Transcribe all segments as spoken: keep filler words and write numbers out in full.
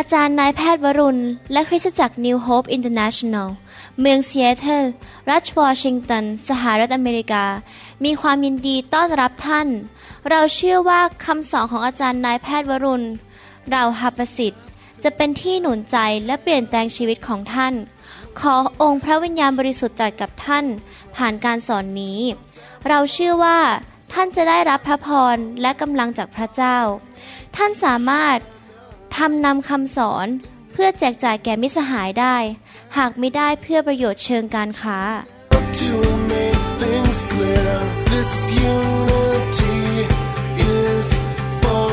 อาจารย์นายแพทย์วรุณและคริสตจักร New Hope International เมืองซีแอตเทิลรัฐวอชิงตันสหรัฐอเมริกามีความยินดีต้อนรับท่านเราเชื่อว่าคำสอนของอาจารย์นายแพทย์วรุณเราหับประสิทธิ์จะเป็นที่หนุนใจและเปลี่ยนแปลงชีวิตของท่านขอองค์พระวิญญาณบริสุทธิ์ตรัสกับท่านผ่านการสอนนี้เราเชื่อว่าท่านจะได้รับพระพรและกำลังจากพระเจ้าท่านสามารถทำนำคำสอนเพื่อแจกจ่ายแก่มิตรสหายได้หากไม่ได้เพื่อประโยชน์เชิงการค้า To make things clear, this unity is for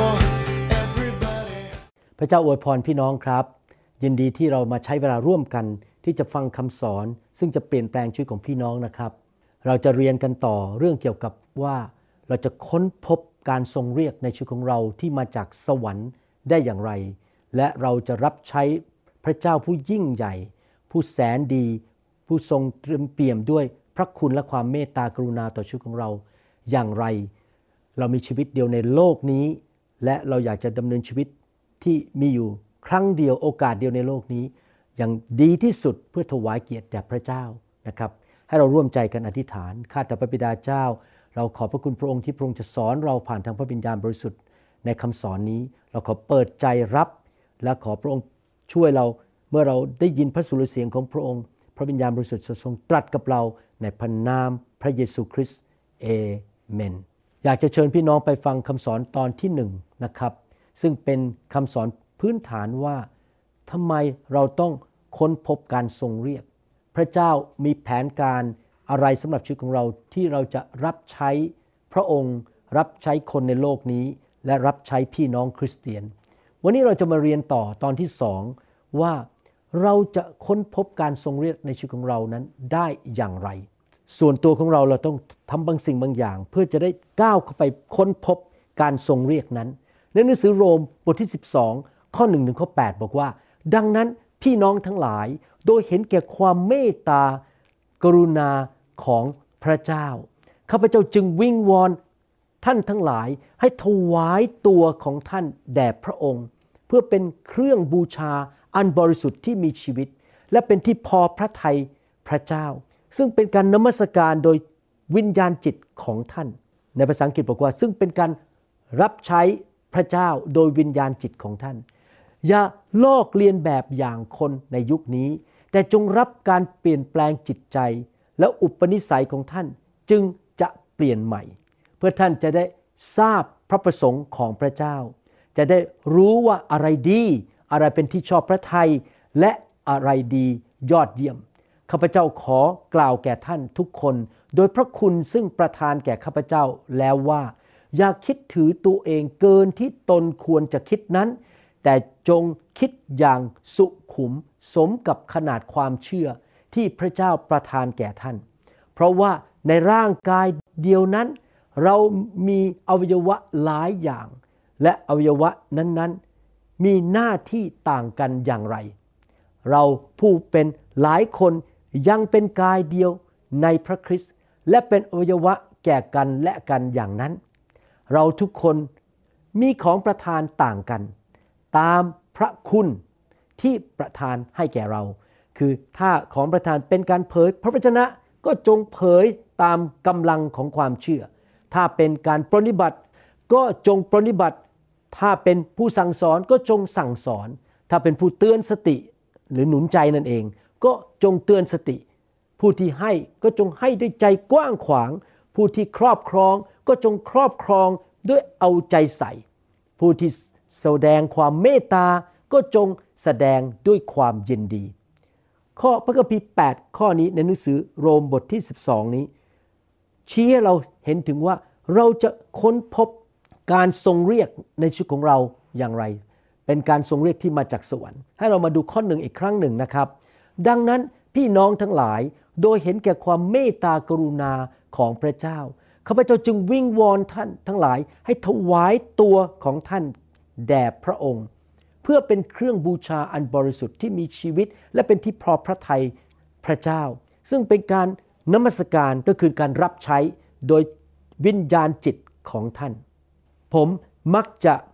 everybody. พระเจ้าอวยพรพี่น้องครับยินดีที่เรามาใช้เวลาร่วมกันที่จะฟังคำสอนซึ่งจะเปลี่ยนแปลงชีวิตของพี่น้องนะครับเราจะเรียนกันต่อเรื่องเกี่ยวกับว่าเราจะค้นพบการทรงเรียกในชีวิตของเราที่มาจากสวรรค์ได้อย่างไรและเราจะรับใช้พระเจ้าผู้ยิ่งใหญ่ผู้แสนดีผู้ทรงเต็มเปี่ยมด้วยพระคุณและความเมตตากรุณาต่อชีวิตของเราอย่างไรเรามีชีวิตเดียวในโลกนี้และเราอยากจะดำเนินชีวิตที่มีอยู่ครั้งเดียวโอกาสเดียวในโลกนี้อย่างดีที่สุดเพื่อถวายเกียรติแด่พระเจ้านะครับให้เราร่วมใจกันอธิษฐานข้าแต่พระบิดาเจ้าเราขอบพระคุณพระองค์ที่พระองค์จะสอนเราผ่านทางพระวิญญาณบริสุทธิ์ในคำสอนนี้เราขอเปิดใจรับและขอพระองค์ช่วยเราเมื่อเราได้ยินพระสุรเสียงของพระองค์พระวิญญาณบริสุทธิ์ทรงตรัสกับเราในพระนามพระเยซูคริสต์เอเมนอยากจะเชิญพี่น้องไปฟังคำสอนตอนที่หนึ่งนะครับซึ่งเป็นคำสอนพื้นฐานว่าทำไมเราต้องค้นพบการทรงเรียกพระเจ้ามีแผนการอะไรสำหรับชีวิตของเราที่เราจะรับใช้พระองค์รับใช้คนในโลกนี้และรับใช้พี่น้องคริสเตียนวันนี้เราจะมาเรียนต่อตอนที่สองว่าเราจะค้นพบการทรงเรียกในชีวิตของเรานั้นได้อย่างไรส่วนตัวของเราเราต้องทำบางสิ่งบางอย่างเพื่อจะได้ก้าวเข้าไปค้นพบการทรงเรียกนั้นในหนังสือโรมบทที่สิบสองข้อหนึ่งถึงข้อแปดบอกว่าดังนั้นพี่น้องทั้งหลายโดยเห็นแก่ความเมตตากรุณาของพระเจ้าข้าพเจ้าจึงวิงวอนท่านทั้งหลายให้ถวายตัวของท่านแด่พระองค์เพื่อเป็นเครื่องบูชาอันบริสุทธิ์ที่มีชีวิตและเป็นที่พอพระทัยพระเจ้าซึ่งเป็นการนมัสการโดยวิญญาณจิตของท่านในภาษาอังกฤษบอกว่าซึ่งเป็นการรับใช้พระเจ้าโดยวิญญาณจิตของท่านอย่าลอกเลียนแบบอย่างคนในยุคนี้แต่จงรับการเปลี่ยนแปลงจิตใจและอุปนิสัยของท่านจึงจะเปลี่ยนใหม่เพื่อท่านจะได้ทราบพระประสงค์ของพระเจ้าจะได้รู้ว่าอะไรดีอะไรเป็นที่ชอบพระทัยและอะไรดียอดเยี่ยมข้าพเจ้าขอกล่าวแก่ท่านทุกคนโดยพระคุณซึ่งประทานแก่ข้าพเจ้าแล้วว่าอย่าคิดถือตัวเองเกินที่ตนควรจะคิดนั้นแต่จงคิดอย่างสุขุมสมกับขนาดความเชื่อที่พระเจ้าประทานแก่ท่านเพราะว่าในร่างกายเดียวนั้นเรามีอวัยวะหลายอย่างและอวัยวะนั้นๆมีหน้าที่ต่างกันอย่างไรเราผู้เป็นหลายคนยังเป็นกายเดียวในพระคริสต์และเป็นอวัยวะแก่กันและกันอย่างนั้นเราทุกคนมีของประทานต่างกันตามพระคุณที่ประทานให้แก่เราคือถ้าของประทานเป็นการเผยพระวจนะก็จงเผยตามกำลังของความเชื่อถ้าเป็นการปรนนิบัติก็จงปรนนิบัติถ้าเป็นผู้สั่งสอนก็จงสั่งสอนถ้าเป็นผู้เตือนสติหรือหนุนใจนั่นเองก็จงเตือนสติผู้ที่ให้ก็จงให้ด้วยใจกว้างขวางผู้ที่ครอบครองก็จงครอบครองด้วยเอาใจใส่ผู้ที่แสดงความเมตตาก็จงแสดงด้วยความยินดีข้อพระคัมภีร์แปดข้อนี้ในหนังสือโรมบทที่สิบสองนี้ชี้ให้เราเห็นถึงว่าเราจะค้นพบการทรงเรียกในชีวิตของเราอย่างไรเป็นการทรงเรียกที่มาจากสวรรค์ให้เรามาดูข้อหนึ่งอีกครั้งหนึ่งนะครับดังนั้นพี่น้องทั้งหลายโดยเห็นแก่ความเมตตากรุณาของพระเจ้าข้าพเจ้าจึงวิงวอนท่านทั้งหลายให้ถวายตัวของท่านแด่พระองค์เพื่อเป็นเครื่องบูชาอันบริสุทธิ์ที่มีชีวิตและเป็นที่พอพระทัยพระเจ้าซึ่งเป็นการนมัสการก็คือการรับใช้โดยวิญญาณจิตของท่านผมมักจะ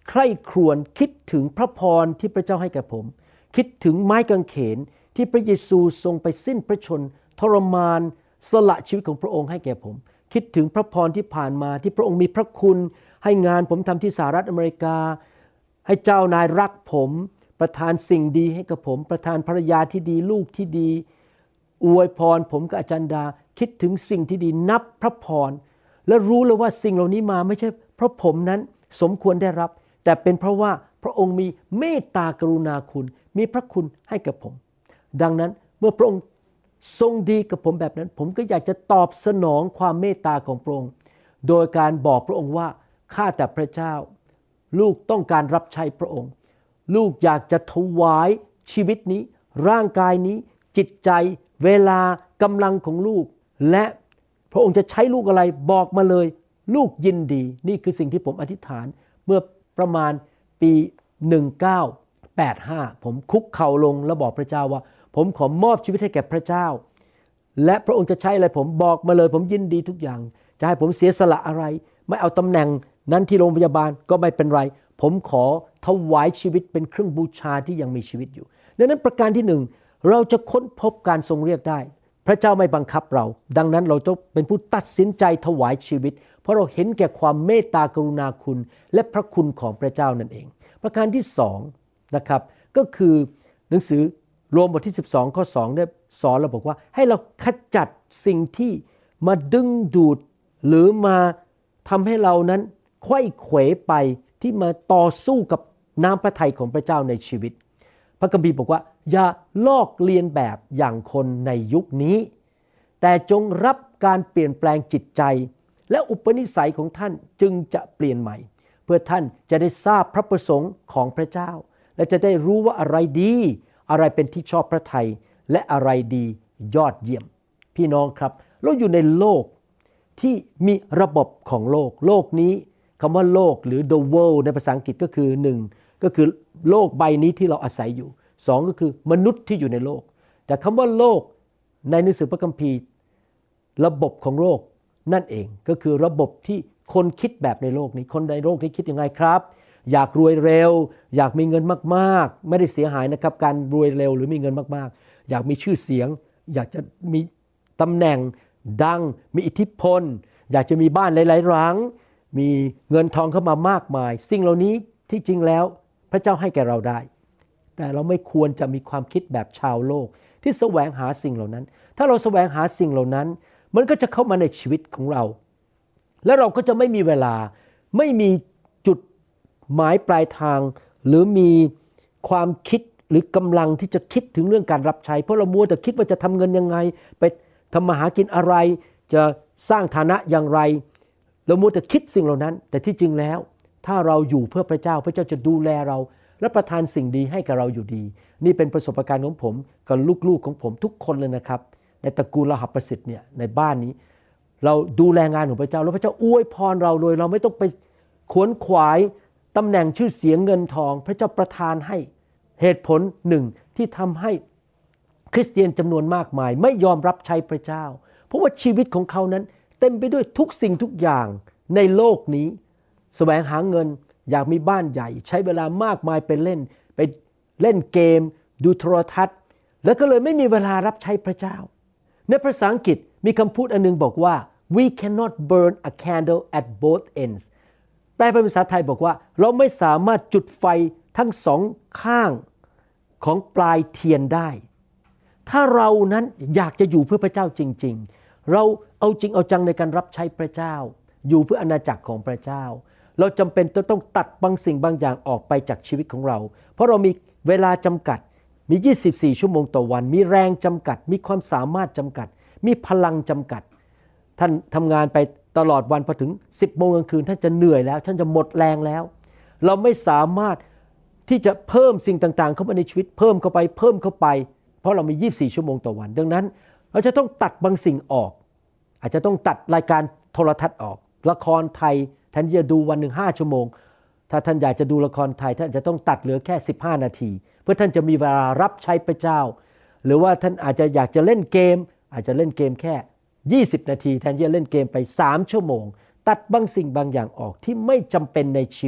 ใคร่ครวญคิดถึงพระพรที่พระเจ้าให้แก่ผมคิดถึงไม้กางเขนที่พระเยซูทรงไปสิ้นพระชนทรมานสละชีวิตของพระองค์ให้แก่ผมคิดถึงพระพรที่ผ่านมาที่พระองค์มีพระคุณให้งานผมทำที่สหรัฐอเมริกาให้เจ้านายรักผมประทานสิ่งดีให้กับผมประทานภรรยาที่ดีลูกที่ดีอวยพรผมกับอาจารย์ดาคิดถึงสิ่งที่ดีนับพระพรและรู้เลยว่าสิ่งเหล่านี้มาไม่ใช่เพราะผมนั้นสมควรได้รับแต่เป็นเพราะว่าพระองค์มีเมตตากรุณาคุณมีพระคุณให้กับผมดังนั้นเมื่อพระองค์ทรงดีกับผมแบบนั้นผมก็อยากจะตอบสนองความเมตตาของพระองค์โดยการบอกพระองค์ว่าข้าแต่พระเจ้าลูกต้องการรับใช้พระองค์ลูกอยากจะถวายชีวิตนี้ร่างกายนี้จิตใจเวลากำลังของลูกและพระองค์จะใช้ลูกอะไรบอกมาเลยลูกยินดีนี่คือสิ่งที่ผมอธิษฐานเมื่อประมาณปีหนึ่งเก้าแปดห้าผมคุกเข่าลงแล้วบอกพระเจ้าว่าผมขอมอบชีวิตให้แก่พระเจ้าและพระองค์จะใช้อะไรผมบอกมาเลยผมยินดีทุกอย่างจะให้ผมเสียสละอะไรไม่เอาตำแหน่งนั้นที่โรงพยาบาลก็ไม่เป็นไรผมขอถวายชีวิตเป็นเครื่องบูชาที่ยังมีชีวิตอยู่ดังนั้นประการที่หนึ่งเราจะค้นพบการทรงเรียกได้พระเจ้าไม่บังคับเราดังนั้นเราต้องเป็นผู้ตัดสินใจถวายชีวิตเพราะเราเห็นแก่ความเมตตากรุณาคุณและพระคุณของพระเจ้านั่นเองประการที่สองนะครับก็คือหนังสือโรมบทที่สิบสองข้อสองได้สอนเราบอกว่าให้เราขจัดสิ่งที่มาดึงดูดหรือมาทำให้เรานั้นไขว้เขวไปที่มาต่อสู้กับน้ำพระทัยของพระเจ้าในชีวิตพระคัมภีร์บอกว่าอย่าลอกเลียนแบบอย่างคนในยุคนี้แต่จงรับการเปลี่ยนแปลงจิตใจและอุปนิสัยของท่านจึงจะเปลี่ยนใหม่เพื่อท่านจะได้ทราบพระประสงค์ของพระเจ้าและจะได้รู้ว่าอะไรดีอะไรเป็นที่ชอบพระทัยและอะไรดียอดเยี่ยมพี่น้องครับเราอยู่ในโลกที่มีระบบของโลกโลกนี้คำว่าโลกหรือ the world ในภาษาอังกฤษก็คือหนึ่งก็คือโลกใบนี้ที่เราอาศัยอยู่สองก็คือมนุษย์ที่อยู่ในโลกแต่คำว่าโลกในหนังสือพระคัมภีร์ระบบของโลกนั่นเองก็คือระบบที่คนคิดแบบในโลกนี้คนในโลกนี้คิดยังไงครับอยากรวยเร็วอยากมีเงินมากๆไม่ได้เสียหายนะครับการรวยเร็วหรือมีเงินมากๆอยากมีชื่อเสียงอยากจะมีตำแหน่งดังมีอิทธิพลอยากจะมีบ้านหลายๆหลังมีเงินทองเข้ามามากมายสิ่งเหล่านี้ที่จริงแล้วพระเจ้าให้แก่เราได้แต่เราไม่ควรจะมีความคิดแบบชาวโลกที่แสวงหาสิ่งเหล่านั้นถ้าเราแสวงหาสิ่งเหล่านั้นมันก็จะเข้ามาในชีวิตของเราและเราก็จะไม่มีเวลาไม่มีจุดหมายปลายทางหรือมีความคิดหรือกำลังที่จะคิดถึงเรื่องการรับใช้เพราะเรามัวแต่คิดว่าจะทำเงินยังไงไปทำมาหากินอะไรจะสร้างฐานะอย่างไรเรามัวแต่คิดสิ่งเหล่านั้นแต่ที่จริงแล้วถ้าเราอยู่เพื่อพระเจ้าพระเจ้าจะดูแลเราและประทานสิ่งดีให้กับเราอยู่ดีนี่เป็นประสบการณ์ของผมกับลูกๆของผมทุกคนเลยนะครับในตระกูลรหัสประสิทธิ์เนี่ยในบ้านนี้เราดูแลงานของพระเจ้าแล้วพระเจ้าอวยพรเราเลยเราไม่ต้องไปขวนขวายตำแหน่งชื่อเสียงเงินทองพระเจ้าประทานให้เหตุผลหนึ่งที่ทำให้คริสเตียนจำนวนมากมายไม่ยอมรับใช้พระเจ้าเพราะว่าชีวิตของเขานั้นเต็มไปด้วยทุกสิ่งทุกอย่างในโลกนี้แสวงหาเงินอยากมีบ้านใหญ่ใช้เวลามากมายไปเล่นไปเล่นเกมดูโทรทัศน์แล้วก็เลยไม่มีเวลารับใช้พระเจ้าในภาษาอังกฤษมีคำพูดอันนึงบอกว่า we cannot burn a candle at both ends แปลเป็นภาษาไทยบอกว่าเราไม่สามารถจุดไฟทั้งสองข้างของปลายเทียนได้ถ้าเรานั้นอยากจะอยู่เพื่อพระเจ้าจริงๆเราเอาจริงเอาจังในการรับใช้พระเจ้าอยู่เพื่ออาณาจักรของพระเจ้าเราจำเป็นจะต้องตัดบางสิ่งบางอย่างออกไปจากชีวิตของเราเพราะเรามีเวลาจำกัดมียี่สิบสี่ชั่วโมงต่อวันมีแรงจำกัดมีความสามารถจำกัดมีพลังจำกัดท่านทำงานไปตลอดวันพอถึงสิบโมงกลางคืนท่านจะเหนื่อยแล้วท่านจะหมดแรงแล้วเราไม่สามารถที่จะเพิ่มสิ่งต่างๆเข้ามาในชีวิตเพิ่มเข้าไปเพิ่มเข้าไปเพราะเรามียี่สิบสี่ชั่วโมงต่อวันดังนั้นเราจะต้องตัดบางสิ่งออกอาจจะต้องตัดรายการโทรทัศน์ออกละครไทยท่านจะดูวันหนึ่งห้าชั่วโมงถ้าท่านอยากจะดูละครไทยท่านจะต้องตัดเหลือแค่สิบห้านาทีเพื่อท่านจะมีเวลารับใช้พระเจ้าหรือว่าท่านอาจจะอยากจะเล่นเกมอาจจะเล่นเกมแค่ยี่สิบนาทีแทนที่จะเล่นเกมไปสามชั่วโมงตัดบางสิ่งบางอย่างออกที่ไม่จำเป็นในชีวิต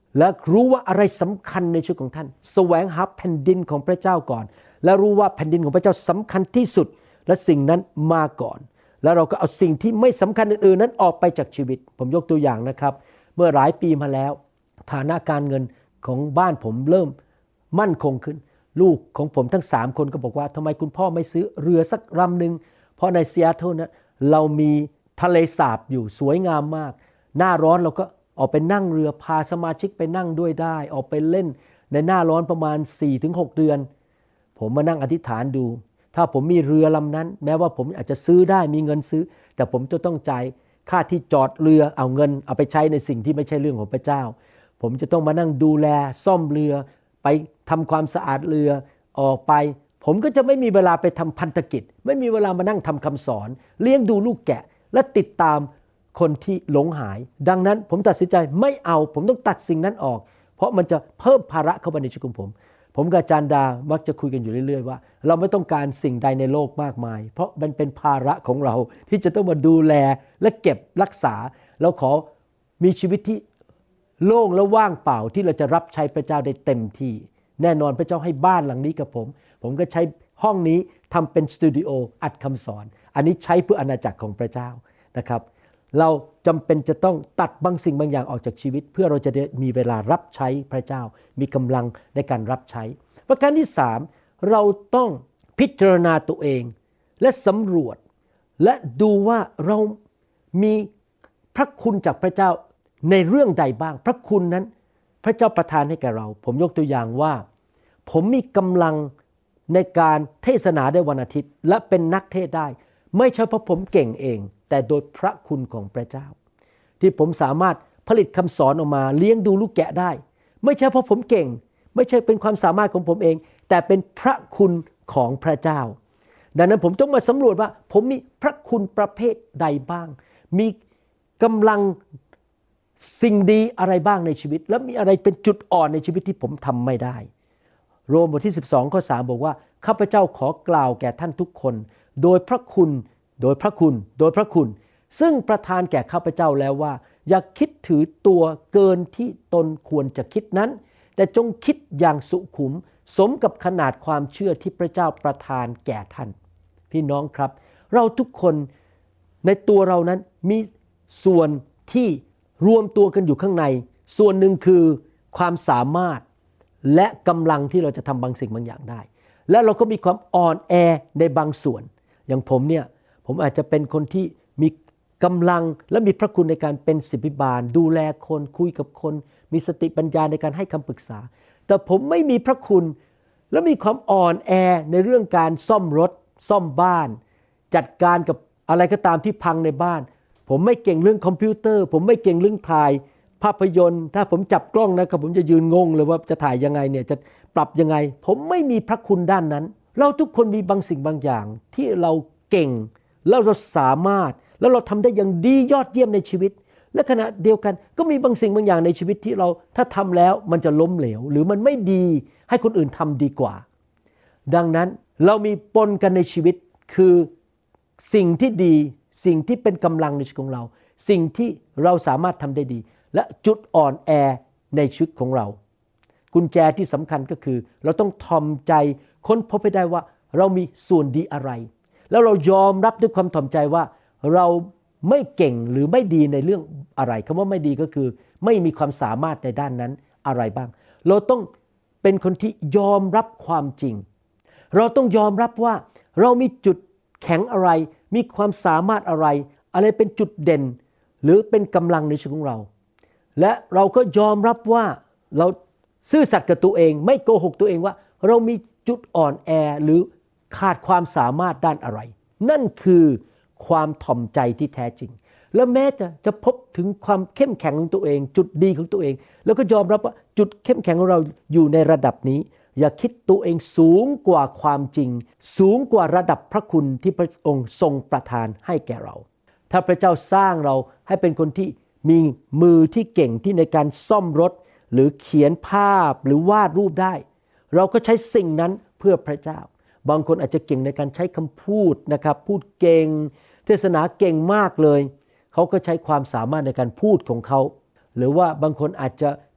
และรู้ว่าอะไรสำคัญในชีวิตของท่านแสวงหาแผ่นดินของพระเจ้าก่อนและรู้ว่าแผ่นดินของพระเจ้าสำคัญที่สุดและสิ่งนั้นมาก่อนแล้วเราก็เอาสิ่งที่ไม่สำคัญอื่นๆนั้นออกไปจากชีวิตผมยกตัวอย่างนะครับเมื่อหลายปีมาแล้วฐานะการเงินของบ้านผมเริ่มมั่นคงขึ้นลูกของผมทั้งสามคนก็บอกว่าทำไมคุณพ่อไม่ซื้อเรือสักลำนึงเพราะในซีแอตเทิลนั้นเรามีทะเลสาบอยู่สวยงามมากหน้าร้อนเราก็ออกไปนั่งเรือพาสมาชิกไปนั่งด้วยได้ออกไปเล่นในหน้าร้อนประมาณ สี่ถึงหก เดือนผมมานั่งอธิษฐานดูถ้าผมมีเรือลำนั้นแม้ว่าผมอาจจะซื้อได้มีเงินซื้อแต่ผมจะต้องจ่ายค่าที่จอดเรือเอาเงินเอาไปใช้ในสิ่งที่ไม่ใช่เรื่องของพระเจ้าผมจะต้องมานั่งดูแลซ่อมเรือไปทำความสะอาดเรือออกไปผมก็จะไม่มีเวลาไปทำพันธกิจไม่มีเวลามานั่งทำคำสอนเลี้ยงดูลูกแกะและติดตามคนที่หลงหายดังนั้นผมตัดสินใจไม่เอาผมต้องตัดสิ่งนั้นออกเพราะมันจะเพิ่มภาระเข้ามาในชีวิตของผมผมกับอาจารย์ดามักจะคุยกันอยู่เรื่อยๆว่าเราไม่ต้องการสิ่งใดในโลกมากมายเพราะมันเป็นภาระของเราที่จะต้องมาดูแลและเก็บรักษาเราขอมีชีวิตที่โล่งและว่างเปล่าที่เราจะรับใช้พระเจ้าได้เต็มที่แน่นอนพระเจ้าให้บ้านหลังนี้กับผมผมก็ใช้ห้องนี้ทำเป็นสตูดิโออัดคำสอนอันนี้ใช้เพื่ออาณาจักรของพระเจ้านะครับเราจำเป็นจะต้องตัดบางสิ่งบางอย่างออกจากชีวิตเพื่อเราจะได้มีเวลารับใช้พระเจ้ามีกำลังในการรับใช้ประการที่สามเราต้องพิจารณาตัวเองและสำรวจและดูว่าเรามีพระคุณจากพระเจ้าในเรื่องใดบ้างพระคุณนั้นพระเจ้าประทานให้แก่เราผมยกตัวอย่างว่าผมมีกำลังในการเทศนาได้วันอาทิตย์และเป็นนักเทศได้ไม่ใช่เพราะผมเก่งเองแต่โดยพระคุณของพระเจ้าที่ผมสามารถผลิตคำสอนออกมาเลี้ยงดูลูกแกะได้ไม่ใช่เพราะผมเก่งไม่ใช่เป็นความสามารถของผมเองแต่เป็นพระคุณของพระเจ้าดังนั้นผมต้องมาสำรวจว่าผมมีพระคุณประเภทใดบ้างมีกำลังสิ่งดีอะไรบ้างในชีวิตและมีอะไรเป็นจุดอ่อนในชีวิตที่ผมทำไม่ได้โรมบทที่สิบสองข้อสามบอกว่าข้าพเจ้าขอกล่าวแก่ท่านทุกคนโดยพระคุณโดยพระคุณโดยพระคุณซึ่งประทานแก่ข้าพเจ้าแล้วว่าอย่าคิดถือตัวเกินที่ตนควรจะคิดนั้นแต่จงคิดอย่างสุขุมสมกับขนาดความเชื่อที่พระเจ้าประทานแก่ท่านพี่น้องครับเราทุกคนในตัวเรานั้นมีส่วนที่รวมตัวกันอยู่ข้างในส่วนหนึ่งคือความสามารถและกำลังที่เราจะทำบางสิ่งบางอย่างได้และเราก็มีความอ่อนแอในบางส่วนอย่างผมเนี่ยผมอาจจะเป็นคนที่มีกำลังและมีพระคุณในการเป็นศิบิบาลดูแลคนคุยกับคนมีสติปัญญาในการให้คำปรึกษาแต่ผมไม่มีพระคุณและมีความอ่อนแอในเรื่องการซ่อมรถซ่อมบ้านจัดการกับอะไรก็ตามที่พังในบ้านผมไม่เก่งเรื่องคอมพิวเตอร์ผมไม่เก่งเรื่องถ่ายภาพยนตร์ถ้าผมจับกล้องนะครับผมจะยืนงงเลยว่าจะถ่ายยังไงเนี่ยจะปรับยังไงผมไม่มีพระคุณด้านนั้นเราทุกคนมีบางสิ่งบางอย่างที่เราเก่งแล้วเราสามารถแล้วเราทำได้อย่างดียอดเยี่ยมในชีวิตและขณะเดียวกันก็มีบางสิ่งบางอย่างในชีวิตที่เราถ้าทำแล้วมันจะล้มเหลวหรือมันไม่ดีให้คนอื่นทำดีกว่าดังนั้นเรามีปนกันในชีวิตคือสิ่งที่ดีสิ่งที่เป็นกำลังในชีวิตของเราสิ่งที่เราสามารถทำได้ดีและจุดอ่อนแอในชีวิตของเรากุญแจที่สำคัญก็คือเราต้องทอมใจค้นพบให้ได้ว่าเรามีส่วนดีอะไรแล้วเรายอมรับด้วยความถ่อมใจว่าเราไม่เก่งหรือไม่ดีในเรื่องอะไรคำว่าไม่ดีก็คือไม่มีความสามารถในด้านนั้นอะไรบ้างเราต้องเป็นคนที่ยอมรับความจริงเราต้องยอมรับว่าเรามีจุดแข็งอะไรมีความสามารถอะไรอะไรเป็นจุดเด่นหรือเป็นกำลังในชีวิตของเราและเราก็ยอมรับว่าเราซื่อสัตย์กับตัวเองไม่โกหกตัวเองว่าเรามีจุดอ่อนแอหรือขาดความสามารถด้านอะไรนั่นคือความถ่อมใจที่แท้จริงและแม้จะจะพบถึงความเข้มแข็งของตัวเองจุดดีของตัวเองแล้วก็ยอมรับว่าจุดเข้มแข็งของเราอยู่ในระดับนี้อย่าคิดตัวเองสูงกว่าความจริงสูงกว่าระดับพระคุณที่พระองค์ทรงประทานให้แก่เราถ้าพระเจ้าสร้างเราให้เป็นคนที่มีมือที่เก่งที่ในการซ่อมรถหรือเขียนภาพหรือวาดรูปได้เราก็ใช้สิ่งนั้นเพื่อพระเจ้าบางคนอาจจะเก่งในการใช้คำพูดนะครับพูดเก่งเทศนาเก่งมากเลยเขาก็ใช้ความสามารถในการพูดของเขาหรือว่าบางคนอาจจะ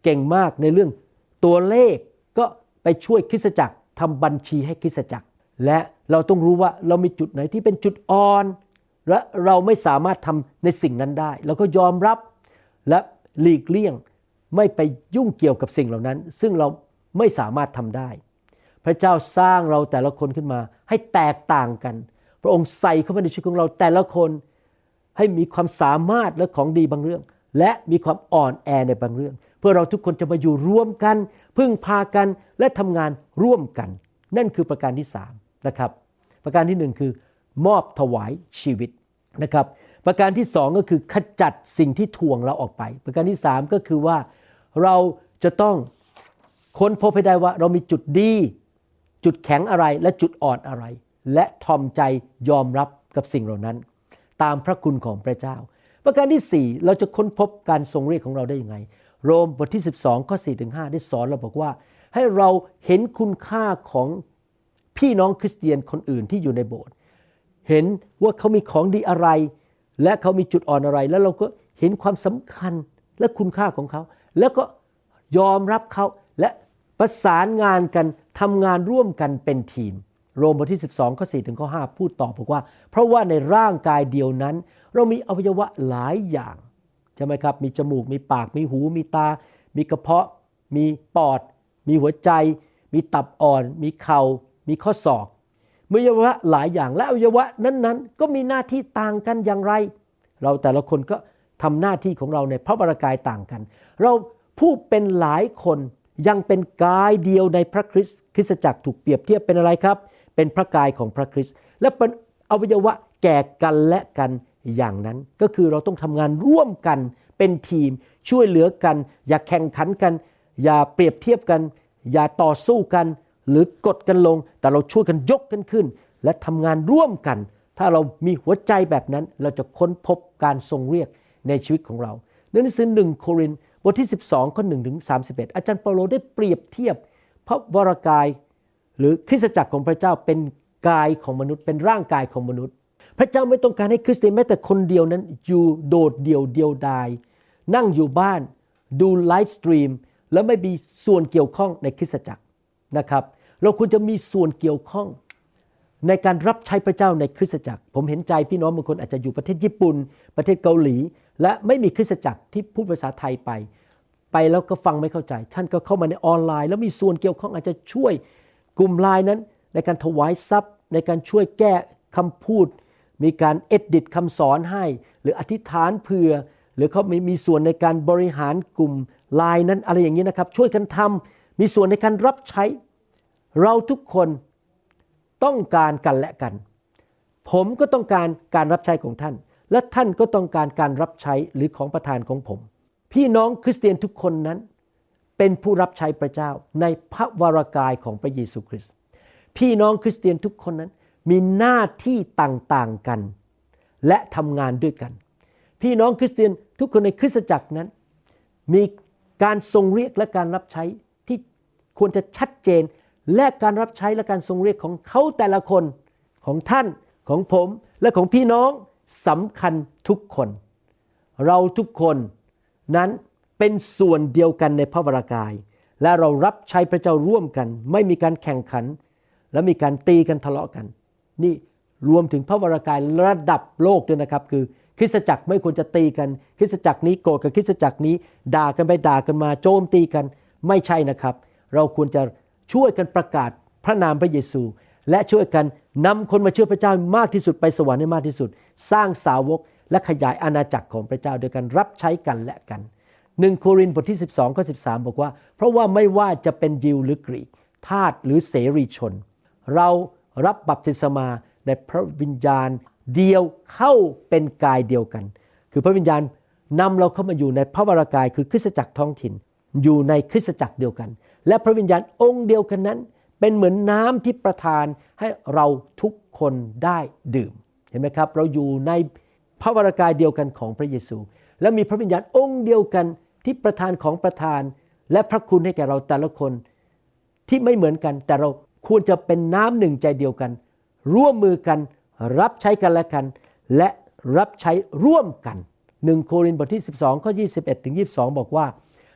เก่งมากในเรื่องตัวเลขก็ไปช่วยคริสตจักรทำบัญชีให้คริสตจักรและเราต้องรู้ว่าเรามีจุดไหนที่เป็นจุดอ่อนและเราไม่สามารถทำในสิ่งนั้นได้เราก็ยอมรับและหลีกเลี่ยงไม่ไปยุ่งเกี่ยวกับสิ่งเหล่านั้นซึ่งเราไม่สามารถทำได้พระเจ้าสร้างเราแต่ละคนขึ้นมาให้แตกต่างกันพระองค์ใส่เข้ามาในชีวิตของเราแต่ละคนให้มีความสามารถและของดีบางเรื่องและมีความอ่อนแอในบางเรื่องเพื่อเราทุกคนจะมาอยู่ร่วมกันพึ่งพากันและทำงานร่วมกันนั่นคือประการที่สามนะครับประการที่หนึ่งคือมอบถวายชีวิตนะครับประการที่สองก็คือขจัดสิ่งที่ถ่วงเราออกไปประการที่สามก็คือว่าเราจะต้องค้นพบให้ได้ว่าเรามีจุดดีจุดแข็งอะไรและจุดอ่อนอะไรและทอมใจยอมรับกับสิ่งเหล่านั้นตามพระคุณของพระเจ้าประการที่สี่เราจะค้นพบการทรงเรียกของเราได้ยังไงโรมบทที่สิบสองข้อ สี่ถึงห้า ได้สอนเราบอกว่าให้เราเห็นคุณค่าของพี่น้องคริสเตียนคนอื่นที่อยู่ในโบสถ์เห็นว่าเขามีของดีอะไรและเขามีจุดอ่อนอะไรแล้วเราก็เห็นความสำคัญและคุณค่าของเขาแล้วก็ยอมรับเขาและประสานงานกันทำงานร่วมกันเป็นทีมโรมบทที่สิบสองข้อ สี่ถึงข้อ ห้าพูดต่อบอกว่าเพราะว่าในร่างกายเดียวนั้นเรามีอวัยวะหลายอย่างใช่ไหมครับมีจมูกมีปากมีหูมีตามีกระเพาะมีปอดมีหัวใจมีตับอ่อนมีเข่ามีข้อศอกมีอวัยวะหลายอย่างและอวัยวะนั้นๆก็มีหน้าที่ต่างกันอย่างไรเราแต่ละคนก็ทำหน้าที่ของเราในพระวรากายต่างกันเราผู้เป็นหลายคนยังเป็นกายเดียวในพระคริสต์คริสตจักรถูกเปรียบเทียบเป็นอะไรครับเป็นพระกายของพระคริสต์และเป็นอวัยวะแก่กันและกันอย่างนั้นก็คือเราต้องทำงานร่วมกันเป็นทีมช่วยเหลือกันอย่าแข่งขันกันอย่าเปรียบเทียบกันอย่าต่อสู้กันหรือกดกันลงแต่เราช่วยกันยกกันขึ้นและทำงานร่วมกันถ้าเรามีหัวใจแบบนั้นเราจะค้นพบการทรงเรียกในชีวิตของเราในหนังสือหนึ่งโครินธ์บทที่สิบสองข้อหนึ่งถึงสามสิบเอ็ดอาจารย์เปาโลได้เปรียบเทียบพระวรากายหรือคริสตจักรของพระเจ้าเป็นกายของมนุษย์เป็นร่างกายของมนุษย์พระเจ้าไม่ต้องการให้คริสเตียนแม้แต่คนเดียวนั้นอยู่โดดเดี่ยวเดียวดายนั่งอยู่บ้านดูไลฟ์สตรีมแล้วไม่มีส่วนเกี่ยวข้องในคริสตจักรนะครับเราควรจะมีส่วนเกี่ยวข้องในการรับใช้พระเจ้าในคริสตจักรผมเห็นใจพี่น้องบางคนอาจจะอยู่ประเทศญี่ปุ่นประเทศเกาหลีและไม่มีคริสตจักรที่พูดภาษาไทยไปไปแล้วก็ฟังไม่เข้าใจท่านก็เข้ามาในออนไลน์แล้วมีส่วนเกี่ยวข้องอาจจะช่วยกลุ่มไลน์นั้นในการถวายทรัพย์ในการช่วยแก้คำพูดมีการเอดิตคำสอนให้หรืออธิษฐานเผื่อหรือเขามีมีส่วนในการบริหารกลุ่มไลน์นั้นอะไรอย่างนี้นะครับช่วยกันทำมีส่วนในการรับใช้เราทุกคนต้องการกันและกันผมก็ต้องการการรับใช้ของท่านและท่านก็ต้องการการรับใช้หรือของประทานของผมพี่น้องคริสเตียนทุกคนนั้นเป็นผู้รับใช้พระเจ้าในพระวรากายของพระเยซูคริสต์พี่น้องคริสเตียนทุกคนนั้นมีหน้าที่ต่างๆกันและทำงานด้วยกันพี่น้องคริสเตียนทุกคนในคริสตจักรนั้นมีการทรงเรียกและการรับใช้ที่ควรจะชัดเจนและการรับใช้และการทรงเรียกของเขาแต่ละคนของท่านของผมและของพี่น้องสำคัญทุกคนเราทุกคนนั้นเป็นส่วนเดียวกันในพระวรากายและเรารับใช้พระเจ้าร่วมกันไม่มีการแข่งขันและมีการตีกันทะเลาะกันนี่รวมถึงพระวรากายระดับโลกด้วยนะครับคือคริสตจักรไม่ควรจะตีกันคริสตจักรนี้โกรธกับคริสตจักรนี้ด่ากันไปด่ากันมาโจมตีกันไม่ใช่นะครับเราควรจะช่วยกันประกาศพระนามพระเยซูและช่วยกันนำคนมาเชื่อพระเจ้ามากที่สุดไปสวรรค์ให้มากที่สุดสร้างสาวกและขยายอาณาจักรของพระเจ้าโดยการรับใช้กันและกันหนึ่งโครินธ์บทที่สิบสองข้อสิบสามบอกว่าเพราะว่าไม่ว่าจะเป็นยิวหรือกรีกทาสหรือเสรีชนเรารับบัพติศมาในพระวิญญาณเดียวเข้าเป็นกายเดียวกันคือพระวิญญาณนำเราเข้ามาอยู่ในพระวรากายคือคริสตจักรท้องถิ่นอยู่ในคริสตจักรเดียวกันและพระวิญญาณองค์เดียวกันนั้นเป็นเหมือนน้ำที่ประทานให้เราทุกคนได้ดื่มเห็นไหมครับเราอยู่ในพระวรากายเดียวกันของพระเยซูและมีพระวิญญาณองค์เดียวกันที่ประทานของประทานและพระคุณให้แก่เราแต่ละคนที่ไม่เหมือนกันแต่เราควรจะเป็นน้ำหนึ่งใจเดียวกันร่วมมือกันรับใช้กันและกันและรับใช้ร่วมกันหนึ่งโครินธ์บทที่สิบสองข้อยี่สิบเอ็ดถึงยี่สิบสองบอกว่า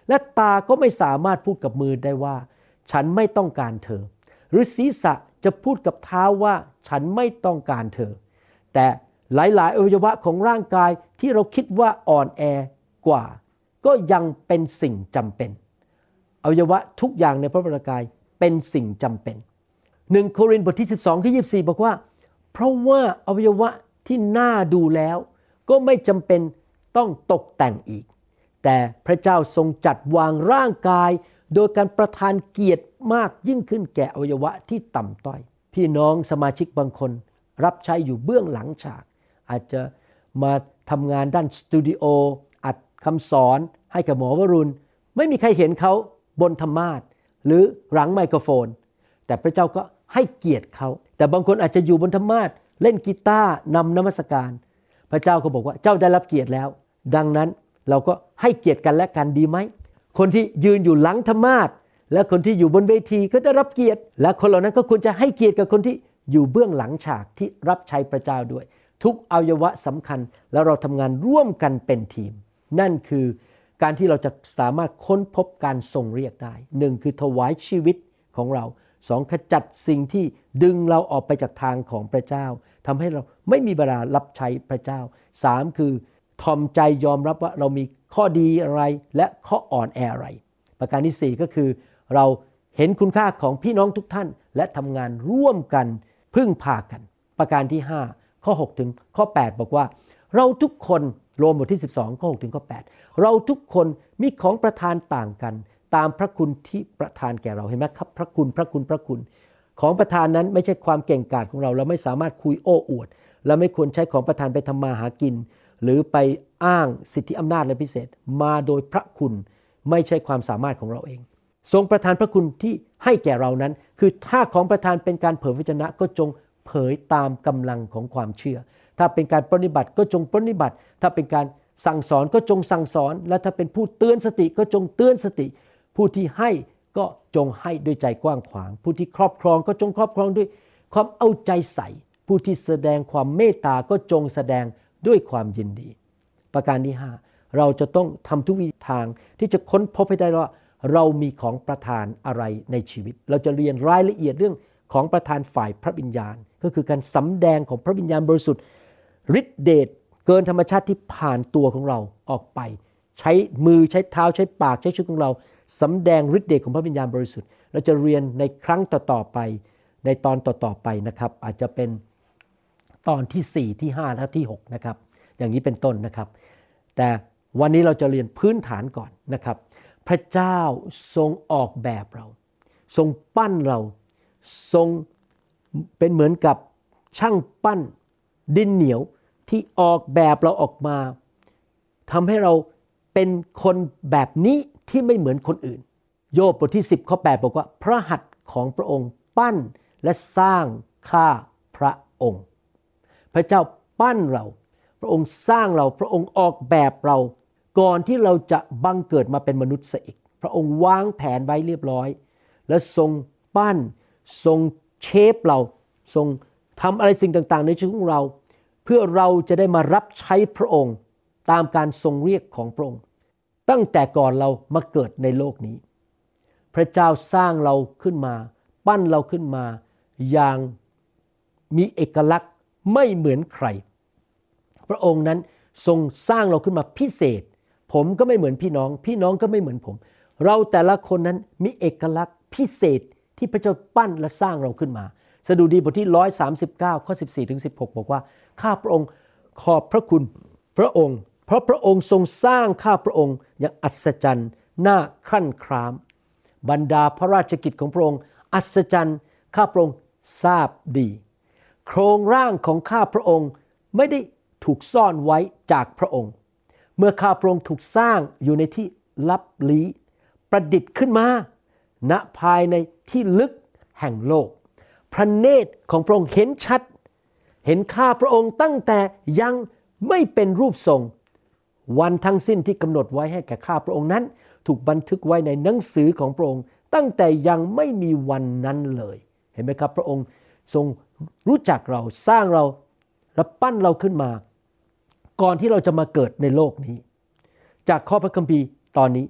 และตาก็ไม่สามารถพูดกับมือได้ว่าฉันไม่ต้องการเธอหรือศีรษะจะพูดกับเท้าว่าฉันไม่ต้องการเธอแต่หลายๆอวัยวะของร่างกายที่เราคิดว่าอ่อนแอกว่าก็ยังเป็นสิ่งจำเป็นอวัยวะทุกอย่างในพระวรากายเป็นสิ่งจำเป็นหนึ่งโครินธ์บทที่สิบสองข้อยี่สิบสี่บอกว่าเพราะว่าอวัยวะที่น่าดูแล้วก็ไม่จำเป็นต้องตกแต่งอีกแต่พระเจ้าทรงจัดวางร่างกายโดยการประทานเกียรติมากยิ่งขึ้นแก่อวัยวะที่ต่ำต้อยพี่น้องสมาชิกบางคนรับใช้อยู่เบื้องหลังฉากอาจจะมาทำงานด้านสตูดิโออัดคำสอนให้กับหมอวรุณไม่มีใครเห็นเขาบนธรรมาสน์หรือหลังไมโครโฟนแต่พระเจ้าก็ให้เกียรติเขาแต่บางคนอาจจะอยู่บนธรรมาสน์เล่นกีตาร์นำนมัสการพระเจ้าก็บอกว่าเจ้าได้รับเกียรติแล้วดังนั้นเราก็ให้เกียรติกันและกันดีไหมคนที่ยืนอยู่หลังธรรมาสน์และคนที่อยู่บนเวทีก็ได้รับเกียรติและคนเหล่านั้นก็ควรจะให้เกียรติกับคนที่อยู่เบื้องหลังฉากที่รับใช้พระเจ้าด้วยทุกอวัยวะสำคัญแล้วเราทำงานร่วมกันเป็นทีมนั่นคือการที่เราจะสามารถค้นพบการทรงเรียกได้หนึ่งคือถวายชีวิตของเราสองขจัดสิ่งที่ดึงเราออกไปจากทางของพระเจ้าทำให้เราไม่มีเวลารับใช้พระเจ้าสามคือทอมใจยอมรับว่าเรามีข้อดีอะไรและข้ออ่อนแออะไรประการที่สี่ก็คือเราเห็นคุณค่าของพี่น้องทุกท่านและทำงานร่วมกันพึ่งพากันประการที่ห้าข้อหกถึงข้อแปดบอกว่าเราทุกคนโรมบทที่สิบสองข้อหกถึงข้อแปดเราทุกคนมีของประทานต่างกันตามพระคุณที่ประทานแก่เราเห็นไหมครับพระคุณพระคุณพระคุณของประทานนั้นไม่ใช่ความเก่งกาจของเราเราไม่สามารถคุยโอ้อวดเราไม่ควรใช้ของประทานไปทำมาหากินหรือไปอ้างสิทธิอำนาจและพิเศษมาโดยพระคุณไม่ใช่ความสามารถของเราเองทรงประทานพระคุณที่ให้แก่เรานั้นคือถ้าของประทานเป็นการเผยพระวจนะก็จงเผยตามกำลังของความเชื่อถ้าเป็นการปฏิบัติก็จงปฏิบัติถ้าเป็นการสั่งสอนก็จงสั่งสอนและถ้าเป็นผู้เตือนสติก็จงเตือนสติผู้ที่ให้ก็จงให้ด้วยใจกว้างขวางผู้ที่ครอบครองก็จงครอบครองด้วยความเอาใจใส่ผู้ที่แสดงความเมตตาก็จงแสดงด้วยความยินดีประการที่ห้าเราจะต้องทำทุกวิธีทางที่จะค้นพบให้ได้ว่าเรามีของประทานอะไรในชีวิตเราจะเรียนรายละเอียดเรื่องของประทานฝ่ายพระวิญญาณก็คือการสำแดงของพระวิญญาณบริสุทธิ์ฤทธิเดชเกินธรรมชาติที่ผ่านตัวของเราออกไปใช้มือใช้เท้าใช้ปากใช้ชีวิตของเราสำแดงฤทธิเดชของพระวิญญาณบริสุทธิ์เราจะเรียนในครั้งต่อๆไปในตอนต่อๆไปนะครับอาจจะเป็นตอนที่สี่ที่ห้าและที่หกนะครับอย่างนี้เป็นต้นนะครับแต่วันนี้เราจะเรียนพื้นฐานก่อนนะครับพระเจ้าทรงออกแบบเราทรงปั้นเราทรงเป็นเหมือนกับช่างปั้นดินเหนียวที่ออกแบบเราออกมาทำให้เราเป็นคนแบบนี้ที่ไม่เหมือนคนอื่นโยบบทที่สิบข้อแปดบอกว่าพระหัตถ์ของพระองค์ปั้นและสร้างข้าพระองค์พระเจ้าปั้นเราพระองค์สร้างเราพระองค์ออกแบบเราก่อนที่เราจะบังเกิดมาเป็นมนุษย์ซะอีกพระองค์วางแผนไว้เรียบร้อยและทรงปั้นทรงเชฟเราทรงทำอะไรสิ่งต่างๆในชีวิตของเราเพื่อเราจะได้มารับใช้พระองค์ตามการทรงเรียกของพระองค์ตั้งแต่ก่อนเรามาเกิดในโลกนี้พระเจ้าสร้างเราขึ้นมาปั้นเราขึ้นมาอย่างมีเอกลักษณ์ไม่เหมือนใครพระองค์นั้นทรงสร้างเราขึ้นมาพิเศษผมก็ไม่เหมือนพี่น้องพี่น้องก็ไม่เหมือนผมเราแต่ละคนนั้นมีเอกลักษณ์พิเศษที่พระเจ้าปั้นและสร้างเราขึ้นมาสดุดีบทที่หนึ่งร้อยสามสิบเก้าข้อสิบสี่ถึงสิบหกบอกว่าข้าพระองค์ขอบพระคุณพระองค์เพราะพระองค์ทรงสร้างข้าพระองค์อย่างอัศจรรย์น่าครั่นครามบรรดาพระราชกิจของพระองค์อัศจรรย์ข้าพระองค์ทราบดีโครงร่างของข้าพระองค์ไม่ได้ถูกซ่อนไว้จากพระองค์เมื่อข้าพระองค์ถูกสร้างอยู่ในที่ลับลี้ประดิษฐ์ขึ้นมาณภายในที่ลึกแห่งโลกพระเนตรของพระองค์เห็นชัดเห็นข้าพระองค์ตั้งแต่ยังไม่เป็นรูปทรงวันทั้งสิ้นที่กำหนดไว้ให้แก่ข้าพระองค์นั้นถูกบันทึกไว้ในหนังสือของพระองค์ตั้งแต่ยังไม่มีวันนั้นเลยเห็นไหมครับพระองค์ทรงรู้จักเราสร้างเราและปั้นเราขึ้นมาก่อนที่เราจะมาเกิดในโลกนี้จากข้อพระคัมภีร์ตอนนี้